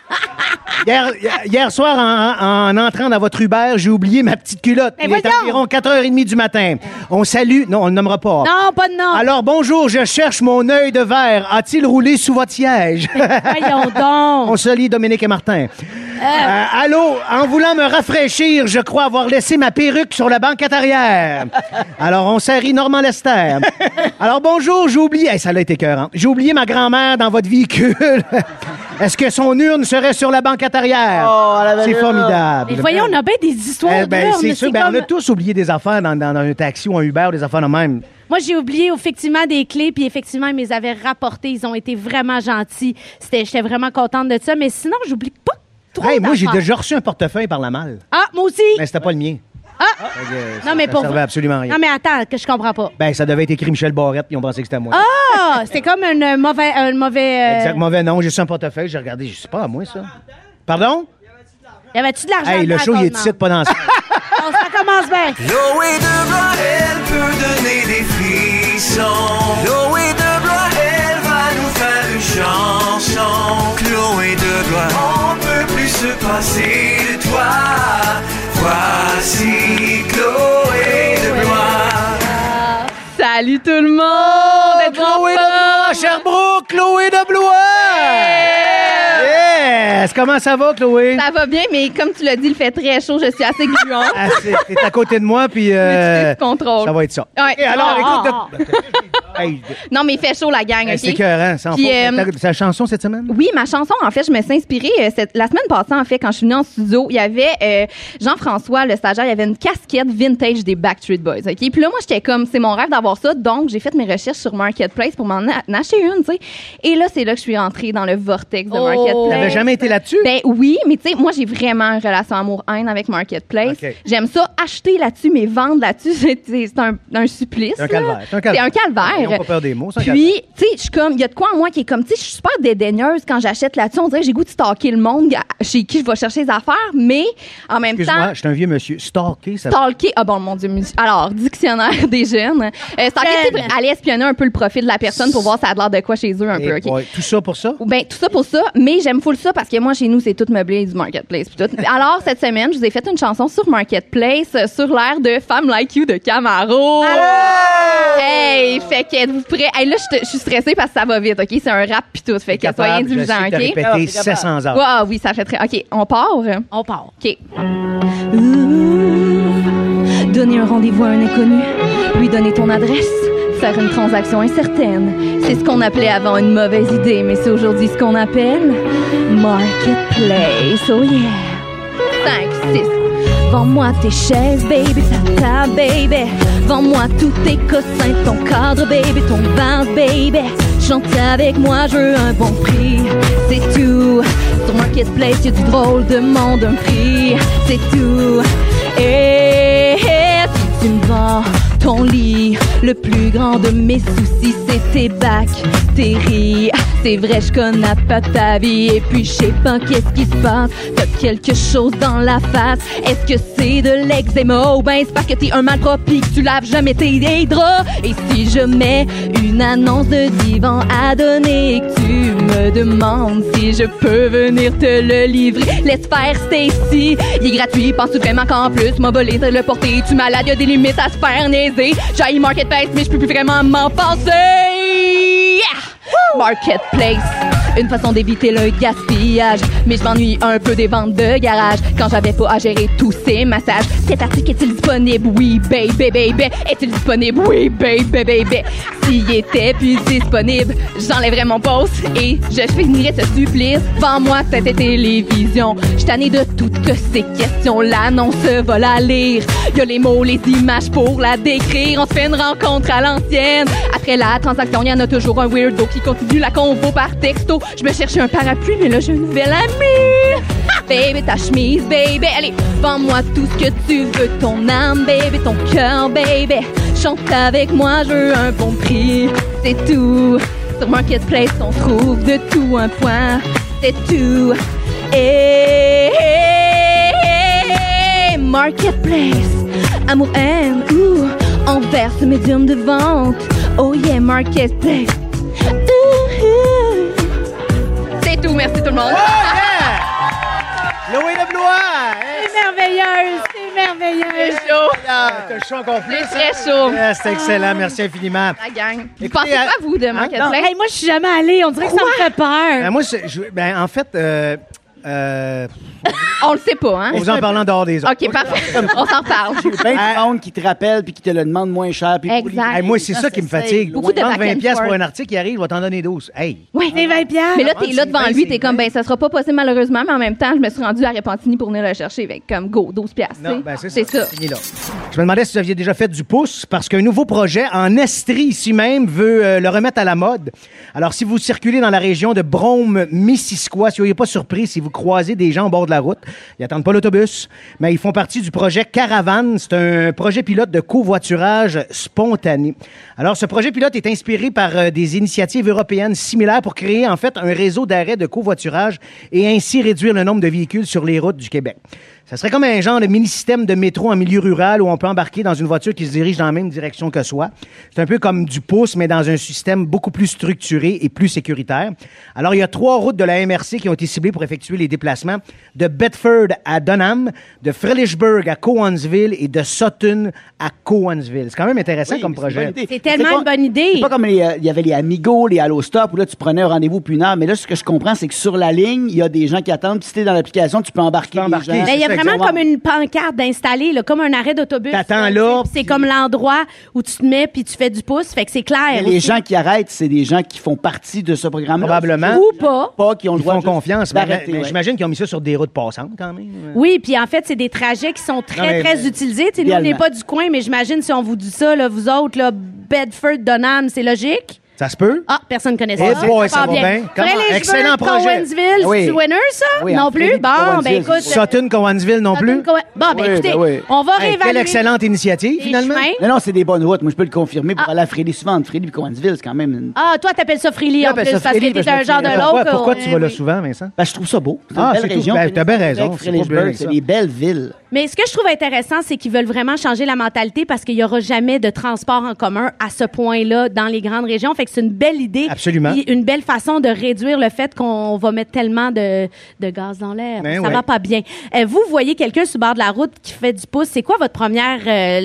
Hier soir, en entrant dans votre Uber, j'ai oublié ma petite culotte. Il est environ 4h30 du matin. On salue... Non, on ne nommera pas. Non, pas de nom. Alors, bonjour, je cherche mon œil de verre. A-t-il roulé sous votre siège? Voyons donc. On salue Dominique et Martin. Allô, en voulant me rafraîchir, je crois avoir laissé ma perruque sur la banquette arrière. Alors, on salue Normand Lester. Alors, bonjour, j'ai oublié... ça a été écœurant. J'ai oublié ma grand-mère dans votre véhicule. Est-ce que son urne serait sur la banquette arrière? C'est formidable. Mais voyons, on a bien des histoires d'urnes. C'est sûr, on a tous oublié des affaires dans un taxi ou un Uber, des affaires de même. Moi, j'ai oublié effectivement des clés, puis effectivement, ils me les avaient rapportées. Ils ont été vraiment gentils. J'étais vraiment contente de ça. Mais sinon, j'oublie pas trop moi, j'ai déjà reçu un portefeuille par la malle. Ah, moi aussi. Mais c'était pas le mien. Non, mais pour servait absolument rien. Non, mais attends, que je comprends pas. Ça devait être écrit Michel Barrette, puis on pensait que c'était moi. C'est comme un mauvais... Exact, mauvais nom. J'ai su un portefeuille, j'ai regardé, je sais pas, à moi, ça. Pardon? Y avait-tu de l'argent? Hey, le show, il est ici, pas dans ça. Ça commence bien. Chloé de Blois, elle peut donner des frissons. Chloé de Blois, elle va nous faire une chanson. Chloé de Blois, on peut plus se passer de toi. Voici Chloé de Blois. Salut tout le monde! Chloé de Blois, Sherbrooke, Chloé de Blois! Yes! Comment ça va, Chloé? Ça va bien, mais comme tu l'as dit, il fait très chaud. Je suis assez gluante. T'es à côté de moi, puis ça va être ça. Ouais. Alors, écoute... Non, mais il fait chaud, la gang, OK? C'est écœurant. Ta chanson cette semaine? Oui, ma chanson, en fait, je me suis inspirée. La semaine passée, en fait, quand je suis venue en studio, il y avait Jean-François, le stagiaire, il y avait une casquette vintage des Backstreet Boys, OK? Puis là, moi, j'étais comme, c'est mon rêve d'avoir ça. Donc, j'ai fait mes recherches sur Marketplace pour m'en acheter une, tu sais. Et là, c'est là que je suis rentrée dans le vortex de Marketplace. T'avais jamais été là-dessus? Ben oui, mais tu sais, moi, j'ai vraiment une relation amour-haine avec Marketplace. Okay. J'aime ça, acheter là-dessus, mais vendre là-dessus, c'est un supplice. C'est un calvaire. C'est un calvaire. Ils n'ont pas peur des mots, Puis, tu sais, je suis comme, il y a de quoi en moi qui est comme, tu sais, je suis super dédaigneuse quand j'achète là-dessus. On dirait que j'ai goût de stalker le monde chez qui je vais chercher les affaires, mais en même temps. Excuse-moi, je suis un vieux monsieur. Stalker, ça. Stalker, bon, mon Dieu. Alors, dictionnaire des jeunes. Stalker, c'est aller espionner un peu le profil de la personne pour voir ça a l'air de quoi chez eux un peu, OK? Ouais, tout ça pour ça? Ben, tout ça pour ça, mais j'aime full ça parce que moi, chez nous, c'est tout meublé du Marketplace. Tout. Alors, cette semaine, je vous ai fait une chanson sur Marketplace sur l'air de Femme Like You de Camaro. Hey, fait que êtes-vous prêts? Hey, là, je suis stressée parce que ça va vite, OK? C'est un rap pis tout. Fait que soyez indulgents, OK? Répété 700 heures. Ah oui, ça fait très... OK, on part? On part. OK. Donner un rendez-vous à un inconnu, lui donner ton adresse, faire une transaction incertaine. C'est ce qu'on appelait avant une mauvaise idée, mais c'est aujourd'hui ce qu'on appelle Marketplace. Oh yeah! 5, 6. Vends-moi tes chaises, baby, ta table, baby. Vends-moi tous tes cossins, ton cadre, baby, ton vase, baby. Chante avec moi, je veux un bon prix. C'est tout. Sur Marketplace, y a du drôle de monde, un prix. C'est tout. Et si tu me vends ton lit, le plus grand de mes soucis, c'est tes bactéries. C'est vrai, je connais pas ta vie. Et puis, je sais pas qu'est-ce qui se passe. T'as quelque chose dans la face. Est-ce que c'est de l'eczéma? Ou ben, c'est parce que t'es un malpropre pis que tu laves jamais tes draps. Et si je mets une annonce de divan à donner et que tu me demandes si je peux venir te le livrer, laisse faire Stacy. Il est gratuit, penses-tu vraiment qu'en plus m'a volé de le porter? Tu malade, y'a des limites à se faire niaiser. J'ai Marketplace, mais je peux plus vraiment m'en passer. Yeah! Marketplace, une façon d'éviter le gaspillage. Mais je m'ennuie un peu des ventes de garage quand j'avais pas à gérer tous ces massages. Cet article est-il disponible? Oui, baby, baby. Est-il disponible? Oui, baby, baby. S'il était plus disponible, j'enlèverais mon post et je finirais ce supplice. Vends-moi cette télévision. J'suis tannée de toutes ces questions. L'annonce va la lire. Y'a les mots, les images pour la décrire. On se fait une rencontre à l'ancienne. Après la transaction, y'en a toujours un weirdo qui continue la convo par texto. Je me cherchais un parapluie, mais là, j'ai une nouvelle amie. Baby, ta chemise, baby. Allez, vends-moi tout ce que tu veux. Ton âme, baby, ton cœur, baby. Chante avec moi, je veux un bon prix. C'est tout. Sur Marketplace, on trouve de tout un point. C'est tout. Et Marketplace, amour, haine, envers ce médium de vente. Oh yeah, Marketplace. C'est tout, merci tout le monde. Oh yeah! Chloé de Blois! C'est merveilleuse, c'est merveilleuse. C'est chaud. T'as chaud encore plus. C'est très chaud. C'est excellent, merci infiniment. La gang. Vous Écoutez, pensez pas, vous, de Marketplace? Hey, moi, je suis jamais allée. On dirait que ça me fait peur. Moi, en fait... On le sait pas, hein? on vous en parlant dehors des autres. OK, parfait. On s'en parle. J'ai plein de monde qui te rappelle puis qui te le demande moins cher. Puis Exact. Hey, moi, c'est ça qui me fatigue. Beaucoup de back 20 and pièces forth. pour un article qui arrive, il va t'en donner 12. Hey! Oui, C'est 20 piastres. mais là, t'es là c'est devant vrai, lui, c'est t'es comme, vrai. ben, ça sera pas possible malheureusement, mais en même temps, je me suis rendue à Repentigny pour venir le chercher. Avec comme, go, 12 piastres. Non, ben c'est ça. Fini là. Je me demandais si vous aviez déjà fait du pouce, parce qu'un nouveau projet en Estrie, ici même, veut le remettre à la mode. Alors, si vous circulez dans la région de Brome-Missisquoi, soyez pas surpris si vous croisez des gens au bord de la route. Ils n'attendent pas l'autobus, mais ils font partie du projet Caravane. C'est un projet pilote de covoiturage spontané. Alors, ce projet pilote est inspiré par des initiatives européennes similaires pour créer, en fait, un réseau d'arrêt de covoiturage et ainsi réduire le nombre de véhicules sur les routes du Québec. Ça serait comme un genre de mini-système de métro en milieu rural où on peut embarquer dans une voiture qui se dirige dans la même direction que soi. C'est un peu comme du pouce, mais dans un système beaucoup plus structuré et plus sécuritaire. Alors, il y a 3 routes de la MRC qui ont été ciblées pour effectuer les déplacements de Bedford à Dunham, de Frelichburg à Cowansville et de Sutton à Cowansville. C'est quand même intéressant comme projet. C'est tellement une bonne idée. C'est pas comme il y avait les Amigos, les Allo Stop, où là, tu prenais un rendez-vous puis une heure. Mais là, ce que je comprends, c'est que sur la ligne, il y a des gens qui attendent. Puis si t'es dans l'application, tu peux embarquer. Tu peux embarquer. les gens. Mais il y a c'est vraiment exactement. comme une pancarte d'installer, là, comme un arrêt d'autobus. T'attends là, C'est comme l'endroit où tu te mets puis tu fais du pouce. Fait que c'est clair. Mais les aussi. gens qui arrêtent, c'est des gens qui font partie de ce programme-là. Probablement. Ou pas. Pas qui ont le Ils droit font juste confiance. d'arrêter, Mais ouais. j'imagine qu'ils ont mis ça sur des routes passantes quand même. Oui, puis en fait, c'est des trajets qui sont Non, très, mais- très utilisés. Tu sais, nous, on n'est Idéalement. pas du coin, mais j'imagine si on vous dit ça, là, vous autres, là, Bedford, Dunham, c'est logique? Ça se peut? Ah, personne ne connaît ça. Eh boy, ça va bien. Comment? Excellent projet. Cowansville, Oui. c'est winner, ça? Oui, non en plus? fait, Bon, Cowansville, ben écoute. c'est Sutton, Cowansville non plus? Bon, ben Oui, écoutez, ben oui. on va Hey, réévaluer. quelle excellente initiative, les finalement. chemins. Non, c'est des bonnes routes. Moi, je peux le confirmer pour aller à Frély. Souvent, entre Frély et Cowansville, c'est quand même une... Ah, toi, t'appelles ça Freely en J'appelle plus, ça parce que Freely, t'es parce que un genre de je- l'autre. Pourquoi tu vas là souvent, Vincent? Ben, je trouve ça beau. C'est Ah, une belle c'est tout. région. Ben, t'as bien raison. C'est pas Frélisburg, bien c'est ça. des belles villes. Mais ce que je trouve intéressant, c'est qu'ils veulent vraiment changer la mentalité parce qu'il n'y aura jamais de transport en commun à ce point-là dans les grandes régions. Fait que c'est une belle idée. Absolument. Puis une belle façon de réduire le fait qu'on va mettre tellement de gaz dans l'air. Ben Ça ouais. va pas bien. Vous voyez quelqu'un sur le bord de la route qui fait du pouce. C'est quoi votre première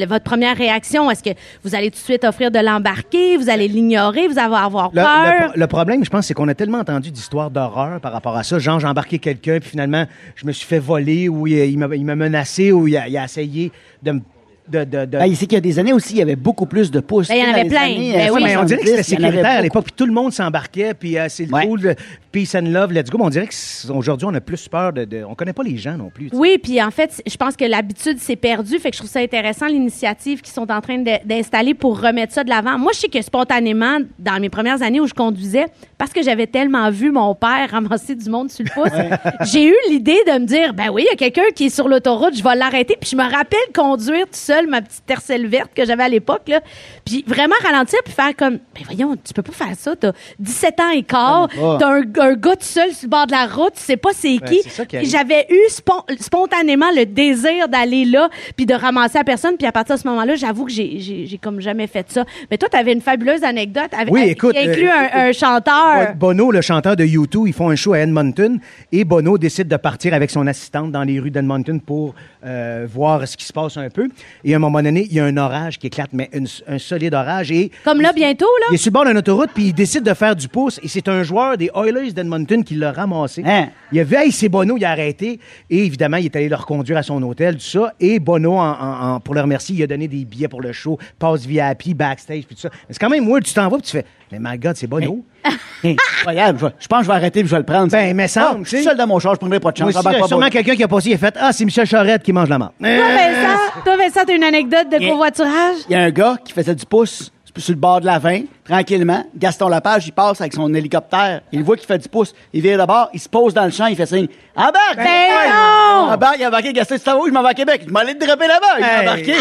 réaction? Est-ce que vous allez tout de suite offrir de l'embarquer? Vous allez l'ignorer? Vous allez avoir peur? Le problème, je pense, c'est qu'on a tellement entendu d'histoires d'horreur par rapport à ça. Genre, j'ai embarqué quelqu'un, puis finalement, je me suis fait voler, ou il m'a menacé, ou il a essayé de Il sait qu'il y a des années aussi, il y avait beaucoup plus de pouces. Ben, il y en avait plein. Mais on dirait que c'était sécuritaire à l'époque, puis tout le monde s'embarquait, puis c'est le cool, peace and love, let's go. Mais on dirait qu'aujourd'hui, on a plus peur on connaît pas les gens non plus. Oui, puis en fait, je pense que l'habitude s'est perdue, fait que je trouve ça intéressant, l'initiative qu'ils sont en train d'installer pour remettre ça de l'avant. Moi, je sais que spontanément, dans mes premières années où je conduisais, parce que j'avais tellement vu mon père ramasser du monde sur le pouce, j'ai eu l'idée de me dire, ben oui, il y a quelqu'un qui est sur l'autoroute, je vais l'arrêter. Puis je me rappelle conduire tout seul ma petite tercelle verte que j'avais à l'époque, là, puis vraiment ralentir puis faire comme, ben voyons, tu peux pas faire ça, t'as 17 ans et quart, t'as un gars tout seul sur le bord de la route, tu sais pas c'est qui. J'avais eu spontanément le désir d'aller là puis de ramasser la personne, puis à partir de ce moment-là, j'avoue que j'ai comme jamais fait ça. Mais toi, t'avais une fabuleuse anecdote qui inclut un chanteur. Bono, le chanteur de U2, ils font un show à Edmonton et Bono décide de partir avec son assistante dans les rues d'Edmonton pour voir ce qui se passe un peu. Et à un moment donné, il y a un orage qui éclate, mais un solide orage. Et comme là, bientôt, là? Il est sur le bord d'une autoroute, puis il décide de faire du pouce. Et c'est un joueur des Oilers d'Edmonton qui l'a ramassé. Il a vu, hey, c'est Bono, il a arrêté. Et évidemment, il est allé le reconduire à son hôtel, tout ça. Et Bono, pour le remercier, il a donné des billets pour le show, passe VIP, backstage, puis tout ça. Mais c'est quand même weird, tu t'en vas, puis tu fais, mais my God, c'est Bono. Incroyable. Je pense que je vais arrêter et je vais le prendre. Ben, mais ça, je suis seul dans mon char, je prendrai pas de chance. Moi aussi, il y a sûrement quelqu'un qui a passé, il a fait, c'est Michel Charette qui mange la marde. Toi, Vincent, t'as une anecdote de covoiturage? Il y a un gars qui faisait du pouce sur le bord de la 20, tranquillement. Gaston Lapage, il passe avec son hélicoptère. Il voit qu'il fait du pouce. Il vire d'abord, il se pose dans le champ, il fait signe. Embarque! Non! Embarque, il a embarqué. Gaston, tu t'en vas où? Je m'en vais à Québec. Je m'en allais te dropper là-bas. Il a embarqué.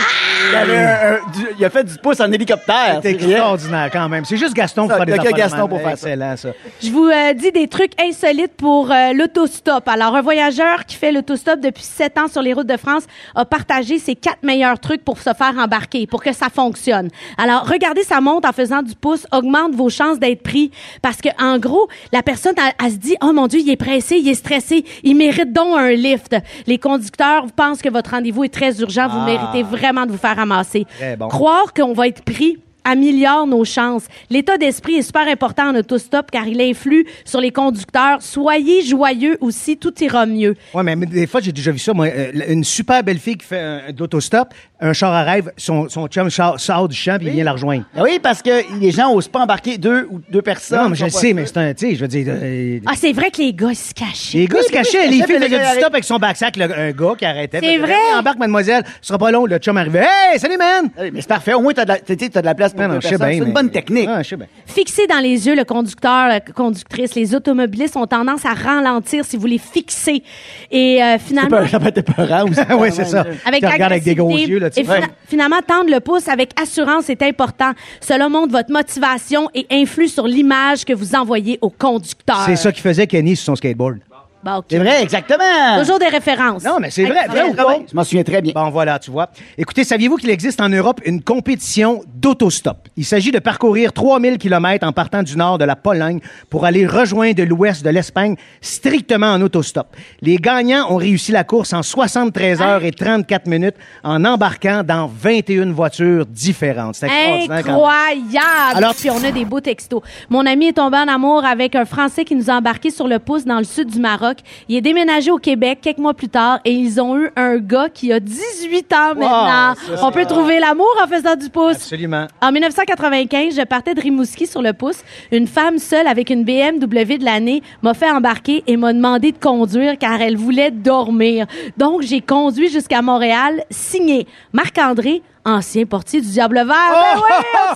Il a fait du pouce en hélicoptère. C'est extraordinaire quand même. C'est juste Gaston pour faire des affaires. Gaston pour faire ça. Je vous dis des trucs insolites pour l'autostop. Alors, un voyageur qui fait l'autostop depuis 7 ans sur les routes de France a partagé ses 4 meilleurs trucs pour se faire embarquer, pour que ça fonctionne. Alors, regardez sa montre en faisant du pouce augmente vos chances d'être pris. Parce que, en gros, la personne, elle se dit, oh mon Dieu, il est pressé, il est stressé, il mérite donc un lift. Les conducteurs pensent que votre rendez-vous est très urgent, vous méritez vraiment de vous faire ramasser. Bon. Croire qu'on va être pris améliore nos chances. L'état d'esprit est super important en autostop car il influe sur les conducteurs. Soyez joyeux aussi, tout ira mieux. Oui, mais des fois, j'ai déjà vu ça. Moi, une super belle fille qui fait d'autostop, un char à rêve, son chum sort du champ et il vient la rejoindre. Oui, parce que les gens n'osent pas embarquer deux personnes. Non, mais je le sais, mais c'est un, tu sais, je veux dire... c'est vrai que les gars se cachaient. Les gars se cachaient. Les filles faisaient du stop avec son backsack, un gars qui arrêtait. C'est vrai? Embarque, mademoiselle, ce sera pas long, le chum arrivait. Hey, salut, man! Mais c'est parfait. Au moins, t'as de la place pour deux personnes. C'est une bonne technique. Je sais bien. Fixez dans les yeux le conducteur, la conductrice. Les automobilistes ont tendance à ralentir si vous les fixez. Et finalement... Ça peut être épeurant aussi. Oui, c'est ça. Avec tu regardes avec des gros yeux. Là, et finalement, tendre le pouce avec assurance est important. Cela montre votre motivation et influe sur l'image que vous envoyez au conducteur. C'est ça qui faisait Kenny sur son skateboard. Bon, okay. C'est vrai, exactement. Toujours des références. Non, mais c'est vrai ou pas? Je m'en souviens très bien. Bon, voilà, tu vois. Écoutez, saviez-vous qu'il existe en Europe une compétition d'autostop? Il s'agit de parcourir 3000 km en partant du nord de la Pologne pour aller rejoindre l'ouest de l'Espagne strictement en autostop. Les gagnants ont réussi la course en 73 heures et 34 minutes en embarquant dans 21 voitures différentes. C'est incroyable! Alors, puis on a des beaux textos. Mon ami est tombé en amour avec un Français qui nous a embarqués sur le pouce dans le sud du Maroc. Il est déménagé au Québec quelques mois plus tard et ils ont eu un gars qui a 18 ans maintenant. On peut trouver l'amour en faisant du pouce. Absolument. En 1995, je partais de Rimouski sur le pouce. Une femme seule avec une BMW de l'année m'a fait embarquer et m'a demandé de conduire car elle voulait dormir. Donc, j'ai conduit jusqu'à Montréal, signé Marc-André, ancien portier du Diable Vert. Ben oui, on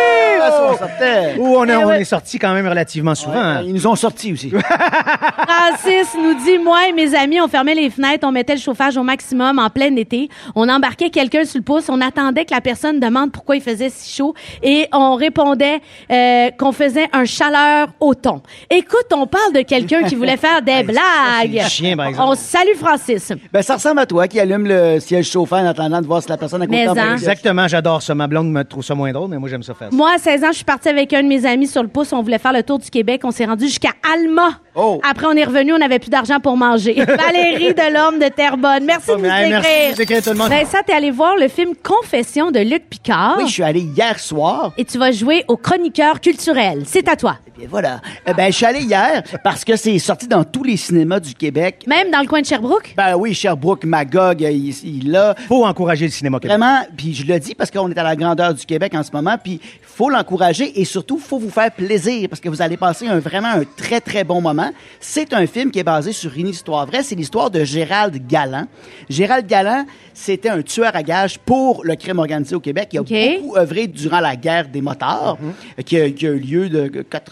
salue! On est sortis quand même relativement souvent. Ils nous ont sortis aussi. Francis nous dit, moi et mes amis, on fermait les fenêtres, on mettait le chauffage au maximum en plein été. On embarquait quelqu'un sur le pouce, on attendait que la personne demande pourquoi il faisait si chaud et on répondait qu'on faisait un chaleur au thon. Écoute, on parle de quelqu'un qui voulait faire des blagues. C'est chien, par exemple. On salue Francis. Ben, ça ressemble à toi qui allume le siège chauffant en attendant de voir si la personne a côté. Exactement, j'adore ça. Ma blonde me trouve ça moins drôle, mais moi, j'aime ça faire ça. Moi, à 16 ans, je suis partie avec un de mes amis sur le pouce. On voulait faire le tour du Québec. On s'est rendu jusqu'à Alma. Après, on est revenu. On n'avait plus d'argent pour manger. Valérie Delorme de Terrebonne. Merci de nous écrire. Merci de nous écrire, tout le monde. Vincent, t'es allé voir le film Confession de Luc Picard. Oui, je suis allé hier soir. Et tu vas jouer au chroniqueur culturel. C'est à toi. Et voilà. Je suis allé hier parce que c'est sorti dans tous les cinémas du Québec. Même dans le coin de Sherbrooke? Ben oui, Sherbrooke, Magog, il l'a. Faut encourager le cinéma québécois. Vraiment. Puis Puis je le dis parce qu'on est à la grandeur du Québec en ce moment, puis il faut l'encourager et surtout, il faut vous faire plaisir parce que vous allez passer vraiment un très, très bon moment. C'est un film qui est basé sur une histoire vraie. C'est l'histoire de Gérald Galland. Gérald Galland, c'était un tueur à gages pour le crime organisé au Québec. Il a beaucoup œuvré durant la guerre des motards, qui a eu lieu de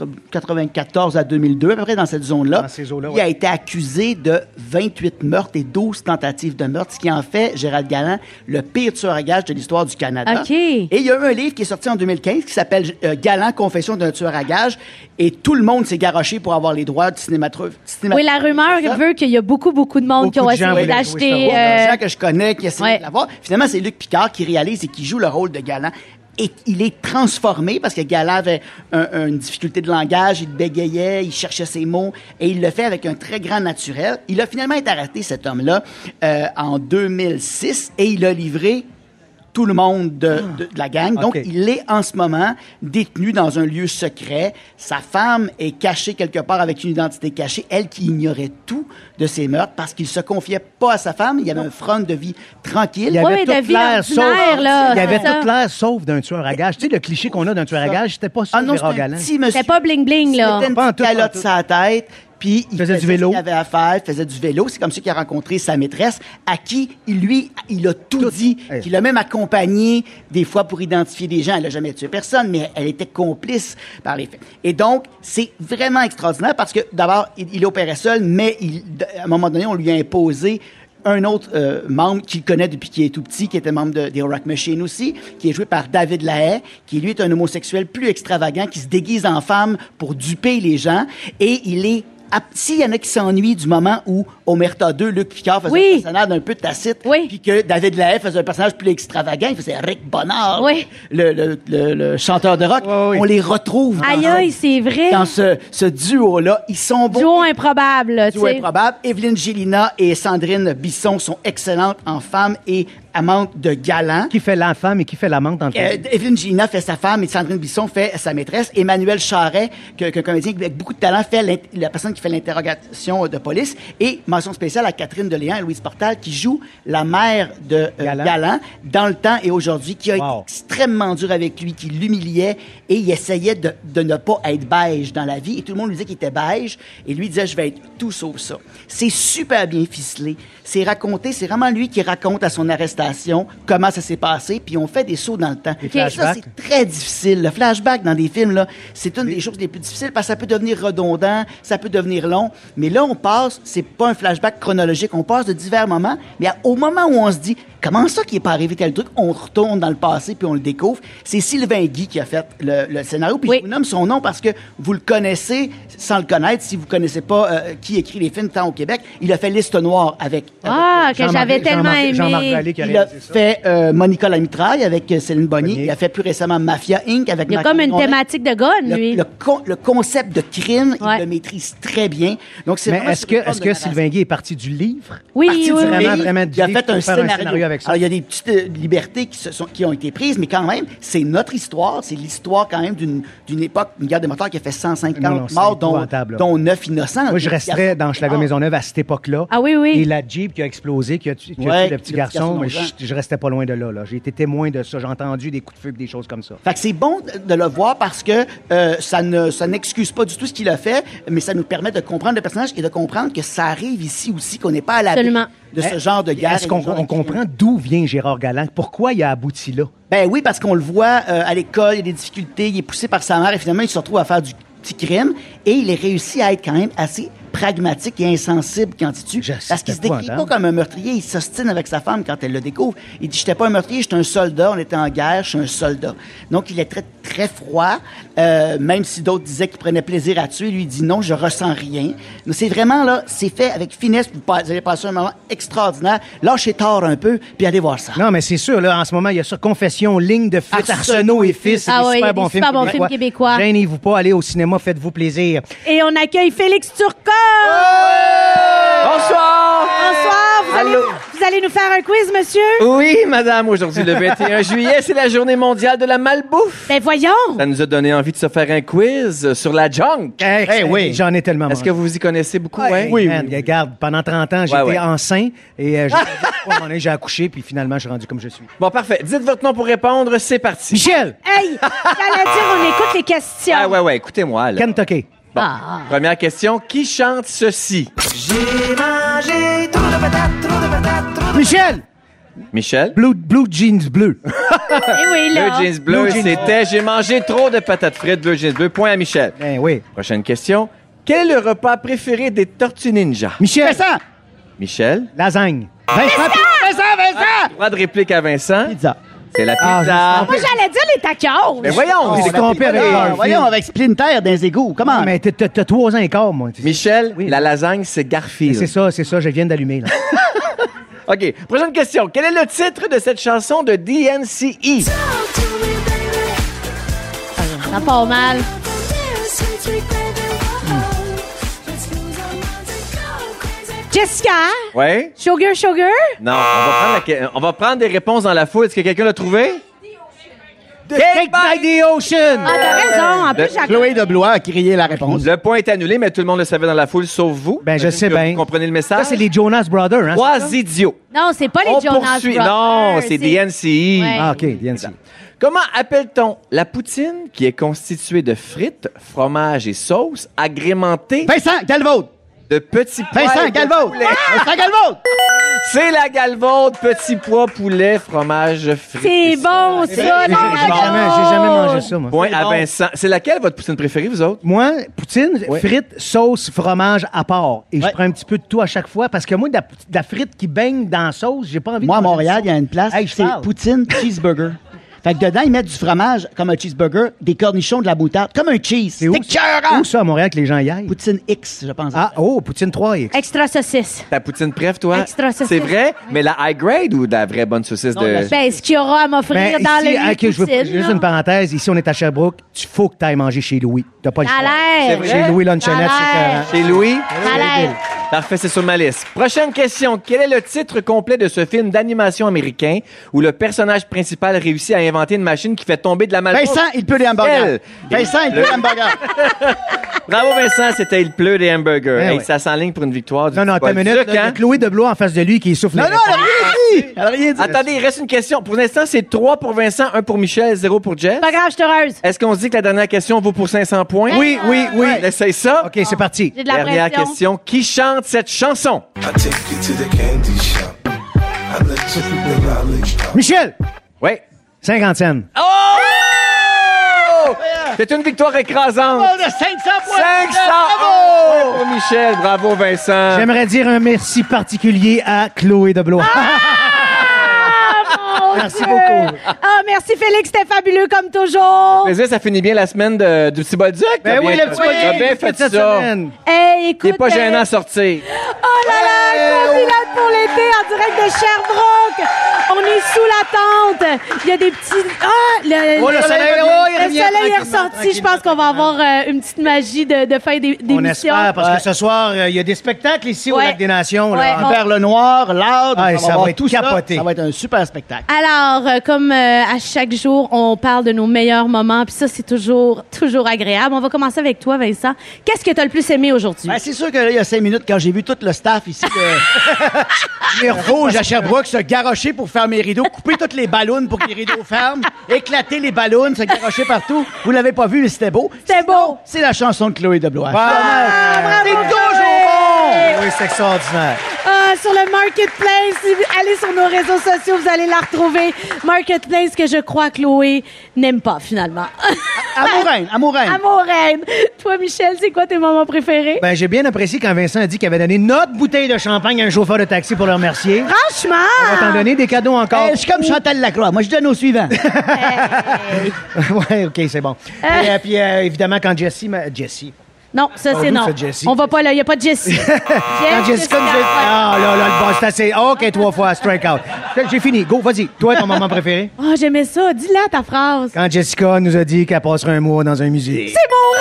94 à 2002, à peu près dans cette zone-là. Dans ces eaux-là, Il a été accusé de 28 meurtres et 12 tentatives de meurtre, ce qui en fait Gérald Galland le pire tueur à gages de l'histoire du Canada. OK. Et il y a eu un livre qui est sorti en 2015 qui s'appelle Galland, confession d'un tueur à gages, et tout le monde s'est garoché pour avoir les droits du cinématographe. Oui, la rumeur veut qu'il y a beaucoup de monde qui ont essayé d'acheter... Des gens que je connais qui essaient de l'avoir. Finalement, c'est Luc Picard qui réalise et qui joue le rôle de Galland. Et il est transformé parce que Galland avait une difficulté de langage, il bégayait, il cherchait ses mots et il le fait avec un très grand naturel. Il a finalement été arrêté, cet homme-là, en 2006 et il a livré tout le monde de la gang. Donc, il est en ce moment détenu dans un lieu secret. Sa femme est cachée quelque part avec une identité cachée. Elle qui ignorait tout de ses meurtres parce qu'il se confiait pas à sa femme. Il y avait un front de vie tranquille. Il y avait toute l'air sauf d'un tueur à gages. Tu sais, le cliché qu'on a d'un tueur à gages, c'était pas ça, Gérard Galland. C'était pas bling-bling, là. C'était une calotte sur la tête. Puis il faisait du vélo. Ce qu'il avait à faire, il faisait du vélo. C'est comme ça qu'il a rencontré sa maîtresse, à qui, il a tout dit. Qu'il l'a même accompagné, des fois, pour identifier des gens. Elle n'a jamais tué personne, mais elle était complice par les faits. Et donc, c'est vraiment extraordinaire parce que, d'abord, il opérait seul, mais à un moment donné, on lui a imposé un autre membre qu'il connaît depuis qu'il est tout petit, qui était membre des Rock Machine aussi, qui est joué par David Lahaye, qui lui est un homosexuel plus extravagant, qui se déguise en femme pour duper les gens. Et il est... S'il y en a qui s'ennuient du moment où Omerta 2, Luc Picard faisait un personnage un peu tacite, puis que David Lahaye faisait un personnage plus extravagant, il faisait Rick Bonnard, le chanteur de rock, on les retrouve c'est vrai. Dans ce duo-là. Ils sont bons. Duo improbable. Duo improbable. Evelyne Gélina et Sandrine Bisson sont excellentes en femmes et amante de Galland. Qui fait la femme et qui fait l'amante dans le film? Evelyne Gélina fait sa femme et Sandrine Bisson fait sa maîtresse. Emmanuel Charret, qu'un comédien avec beaucoup de talent, fait la personne qui fait l'interrogation de police. Et mention spéciale à Catherine Deléan et Louise Portal, qui joue la mère de Galland dans le temps et aujourd'hui, qui a été extrêmement dur avec lui, qui l'humiliait et il essayait de ne pas être beige dans la vie. Et tout le monde lui disait qu'il était beige et lui disait « Je vais être tout sauf ça ». C'est super bien ficelé. C'est raconté, c'est vraiment lui qui raconte à son arrestation comment ça s'est passé, puis on fait des sauts dans le temps. Ça, c'est très difficile. Le flashback dans des films, là, c'est une des choses les plus difficiles parce que ça peut devenir redondant, ça peut devenir long, mais là, on passe, c'est pas un flashback chronologique, on passe de divers moments, mais au moment où on se dit, comment ça qui est pas arrivé tel truc, on retourne dans le passé puis on le découvre. C'est Sylvain Guy qui a fait le scénario, puis je vous nomme son nom parce que vous le connaissez sans le connaître, si vous connaissez pas qui écrit les films tant au Québec. Il a fait Liste Noire avec que j'avais tellement aimé. Jean-Marc Vallée qui a Il a fait Monica la mitraille avec Céline Bonnier. Il a fait plus récemment Mafia Inc. avec Il y a comme une thématique de gun, lui. Le concept de crime, il le maîtrise très bien. Donc, c'est est-ce que Sylvain Guy est parti du livre? Oui, Vraiment il a fait un scénario avec ça. Alors, il y a des petites libertés qui ont été prises, mais quand même, c'est notre histoire. C'est l'histoire quand même d'une époque, une guerre des motards qui a fait 150 morts, dont 9 innocents. Moi, je resterais dans Schlager Maisonneuve à cette époque-là. Ah oui. Et la Jeep qui a explosé, qui a tué le petit garçon, je restais pas loin de là. J'ai été témoin de ça. J'ai entendu des coups de feu et des choses comme ça. Fait que c'est bon de le voir parce que ça n'excuse pas du tout ce qu'il a fait, mais ça nous permet de comprendre le personnage et de comprendre que ça arrive ici aussi, qu'on n'est pas à l'abri de ce genre de guerre. Est-ce qu'on comprend d'où vient Gérard Galland? Pourquoi il a abouti là? Ben oui, parce qu'on le voit à l'école, il y a des difficultés, il est poussé par sa mère et finalement, il se retrouve à faire du petit crime et il est réussi à être quand même assez pragmatique et insensible quand il tue. Parce qu'il se décrit pas comme un meurtrier. Il s'ostine avec sa femme quand elle le découvre. Il dit, j'étais pas un meurtrier, j'étais un soldat. On était en guerre, je suis un soldat. Donc, il est très, très froid. Même si d'autres disaient qu'il prenait plaisir à tuer, lui, il dit non, je ressens rien. Mais c'est vraiment, là, c'est fait avec finesse. Vous allez passer un moment extraordinaire. Lâchez tard un peu, puis allez voir ça. Non, mais c'est sûr, là, en ce moment, il y a ça, Confession, Ligne de fuite, Arsenault et Fils. C'est des super bons films québécois. Gênez-vous pas, allez au cinéma, faites-vous plaisir. Et on accueille Félix Turcotte! Bonsoir! Bonsoir! Vous allez nous faire un quiz, monsieur? Oui, madame. Aujourd'hui, le 21 juillet, c'est la journée mondiale de la malbouffe. Ben voyons! Ça nous a donné envie de se faire un quiz sur la junk. Oui, j'en ai tellement. Est-ce que vous y connaissez beaucoup? Oui. Regarde, pendant 30 ans, j'étais enceint et J'ai accouché, puis finalement, je suis rendu comme je suis. Bon, parfait. Dites votre nom pour répondre. C'est parti. Michel! Hey, j'allais dire, on écoute les questions. Ah ouais, écoutez-moi. Là. Kentucky. Bon, première question. Qui chante ceci? J'ai mangé trop de patates, Michel! Michel? Blue jeans bleu. Eh oui, Bleu là. jeans bleu, c'était j'ai mangé trop de patates frites, bleu jeans bleu. Point à Michel. Ben oui. Prochaine question. Quel est le repas préféré des Tortues Ninja? Michel! Vincent! Michel? Lasagne. Vincent! Droit de réplique à Vincent. Pizza. C'est la Ah, pizza. Moi, j'allais dire les tacos. Mais voyons, On s'est c'est trompé avec Garfield. Voyons, avec Splinter dans les égouts. Comment? Mais t'as 3 ans et quart, moi. Michel, Oui. la lasagne, c'est Garfield. C'est ça, je viens d'allumer, là. OK. Prochaine question. Quel est le titre de cette chanson de DNCE? Ça part mal. Jessica, Ouais? Sugar. Non, on va prendre des réponses dans la foule. Est-ce que quelqu'un l'a trouvé? Take by the ocean! Ah, t'as raison. En plus, j'ai Chloé de Blois a crié la réponse. Le point est annulé, mais tout le monde le savait dans la foule, sauf vous. Ben, je sais bien. Vous comprenez le message? Ça, c'est les Jonas Brothers, hein? Trois idiots. Non, c'est pas les On Jonas poursuit. Brothers. Non, c'est DNCE. Ouais. Ah, OK, DNC. Comment appelle-t-on la poutine qui est constituée de frites, fromage et sauce agrémentée Vincent Galvaude! de petits pois Vincent de Galvaude! poulet? Vincent Galvaude! C'est la galvaude, petits pois, poulet, fromage, frites. C'est et bon, sauce. ça. J'ai jamais mangé ça, moi. Point à Vincent. C'est laquelle votre poutine préférée, vous autres? Moi, poutine, Ouais. frites, sauce, fromage à part. Et je Ouais. prends un petit peu de tout à chaque fois parce que moi, de la frite qui baigne dans la sauce, j'ai pas envie Moi, à de manger Montréal, ça. il y a une place, Hey, je c'est parle. Poutine Cheeseburger. Fait que dedans, ils mettent du fromage comme un cheeseburger, des cornichons, de la moutarde, comme un cheese. C'est où, écœurant! où ça à Montréal que les gens y aillent? Poutine X, je pense. Ah, oh, poutine 3X. Extra saucisse. Ta poutine préf, toi? Extra saucisse. C'est vrai? Mais la high grade ou de la vraie bonne saucisse de... Ben, ce qu'il y aura à m'offrir Ben, dans ici, le OK, je veux poutine, juste là. une parenthèse. Ici, on est à Sherbrooke. Il faut que tu ailles manger chez Louis. T'as pas le Ça a choix. l'air. C'est vrai? Chez Louis Lunchonette, Ça a c'est l'air. écœurant. Chez Louis? Ça a l'air. Parfait, c'est sur ma liste. Prochaine question. Quel est le titre complet de ce film d'animation américain où le personnage principal réussit à inventer une machine qui fait tomber de la malbouffe? Vincent, il peut les hamburgers. Vincent, il peut les hamburgers. Bravo Vincent, c'était Il pleut des hamburgers. Ben Hey, ouais. ça s'enligne pour une victoire du Non, non, football. attends une minute. Duc, là, il y a Chloé de Blois en face de lui qui souffle. Non, les non, elle a rien dit! Elle a rien dit. Attendez, il reste une question. Pour l'instant, c'est 3 pour Vincent, 1 pour Michel, 0 pour Jess. Pas grave, je suis heureuse. Est-ce qu'on se dit que la dernière question vaut pour 500 points? Oui, oui, oui. On essaye ça? OK, c'est parti. J'ai de la Dernière pression. question. Qui chante cette chanson? I take you to the candy shop. I let you eat the lollipop. Michel, Oui. 50 cents. Oh! C'est une victoire écrasante. Oh, de 500 points! 500 Bravo! pour Michel. Bravo Vincent. J'aimerais dire un merci particulier à Chloé de Blois. Merci beaucoup. Ah, merci Félix, c'était fabuleux comme toujours. Plaisir, ça finit bien la semaine du petit Bolduc. Ben oui, le petit T'as bien Bolduc fait cette ça. semaine. Hey, écoute. T'es pas gênant à sortir. Oh là là, gros pilote pour l'été en direct de Sherbrooke. On est sous la tente. Il y a des petits... Ah, Oh, le soleil, oh, il le revient soleil est tranquillement, ressorti. Je pense qu'on va avoir une petite magie de fin d'émission. On espère, parce que ce soir, il y a des spectacles ici au Ouais. Lac des Nations. Là. Ouais, on- Vers le noir, l'art, Ah, ça va être tout capoté. Ça va être un super spectacle. Alors, comme à chaque jour, on parle de nos meilleurs moments, puis ça, c'est toujours agréable. On va commencer avec toi, Vincent. Qu'est-ce que tu as le plus aimé aujourd'hui? Ben, c'est sûr que là, il y a 5 minutes, quand j'ai vu tout le staff ici de rouge à Sherbrooke se garrocher pour faire mes rideaux, couper toutes les ballons pour que les rideaux ferment, éclater les ballons, se garrocher partout. Vous l'avez pas vu, mais c'était beau. C'était beau. C'est la chanson de Chloé de Blois. bravo, C'est toujours Chloé! bon! Oui, c'est extraordinaire. Sur le Marketplace, allez sur nos réseaux sociaux, vous allez la retrouver. Marketplace que je crois Chloé n'aime pas, finalement. Amoureine, amoureine. Amoureine. Toi, Michel, c'est quoi tes moments préférés? Ben, j'ai bien apprécié quand Vincent a dit qu'il avait donné notre bouteille de champagne à un chauffeur de taxi pour le remercier. On va Franchement! t'en donner des cadeaux encore. Je suis comme Chantal Lacroix. Moi, je donne au suivant. Ouais, OK, c'est bon. Et puis, évidemment, quand Jessie... Non, ça, Oh, c'est d'où non. ça, Jessie? On va pas là, il n'y a pas de Jessie. Quand Jessica nous a... Ah, là, le boss, c'est assez... OK, 3 fois, strike out. J'ai fini. Go, vas-y. Toi, ton moment préféré? Oh, j'aimais ça. Dis-la ta phrase. Quand Jessica nous a dit qu'elle passerait un mois dans un musée. C'est mon rêve!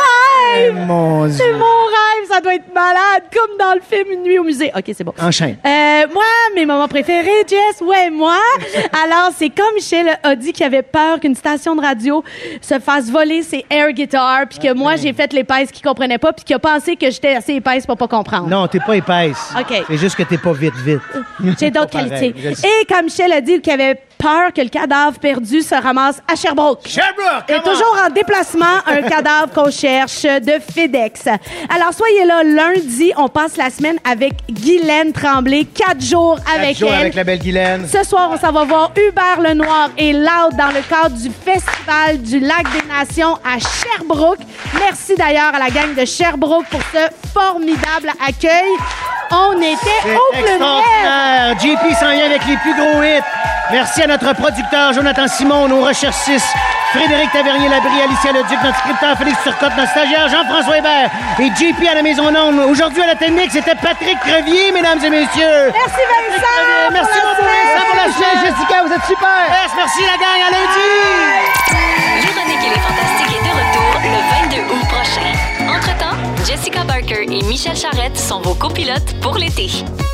rêve! Mon Dieu. C'est mon rêve, ça doit être malade, comme dans le film Une nuit au musée. OK, c'est bon. Enchaîne. Moi, mes moments préférés, Jess, moi. Alors, c'est quand Michel a dit qu'il avait peur qu'une station de radio se fasse voler ses air guitars, puis que moi, j'ai fait l'épaisse qu'il comprenait pas, puis qu'il a pensé que j'étais assez épaisse pour pas comprendre. Non, t'es pas épaisse. OK. C'est juste que t'es pas vite. J'ai d'autres Pas qualités. pareil, je sais. Et quand Michel a dit qu'il avait peur que le cadavre perdu se ramasse à Sherbrooke. Et toujours en déplacement, un cadavre qu'on cherche de FedEx. Alors, soyez là lundi. On passe la semaine avec Guylaine Tremblay. 4 jours avec elle. avec la belle Guylaine. Ce soir, on s'en va voir Hubert Lenoir et Loud dans le cadre du Festival du Lac des Nations à Sherbrooke. Merci d'ailleurs à la gang de Sherbrooke pour ce formidable accueil. On était au plus extraordinaire. JP s'en vient avec les plus gros hits. Merci à notre producteur Jonathan Simon, nos recherchistes Frédéric Tavernier-Labrie, Alicia Leduc, notre scripteur Félix Turcotte, notre stagiaire Jean-François Hébert et JP à la Maison Onde. Aujourd'hui à la technique, c'était Patrick Crevier, mesdames et messieurs. Merci Vincent. Merci beaucoup Vincent pour la chaîne. Jessica, vous êtes super! Merci la gang, à lundi. Véronique et les Fantastiques est de retour le 22 août prochain. Entre-temps, Jessica Barker et Michel Charrette sont vos copilotes pour l'été.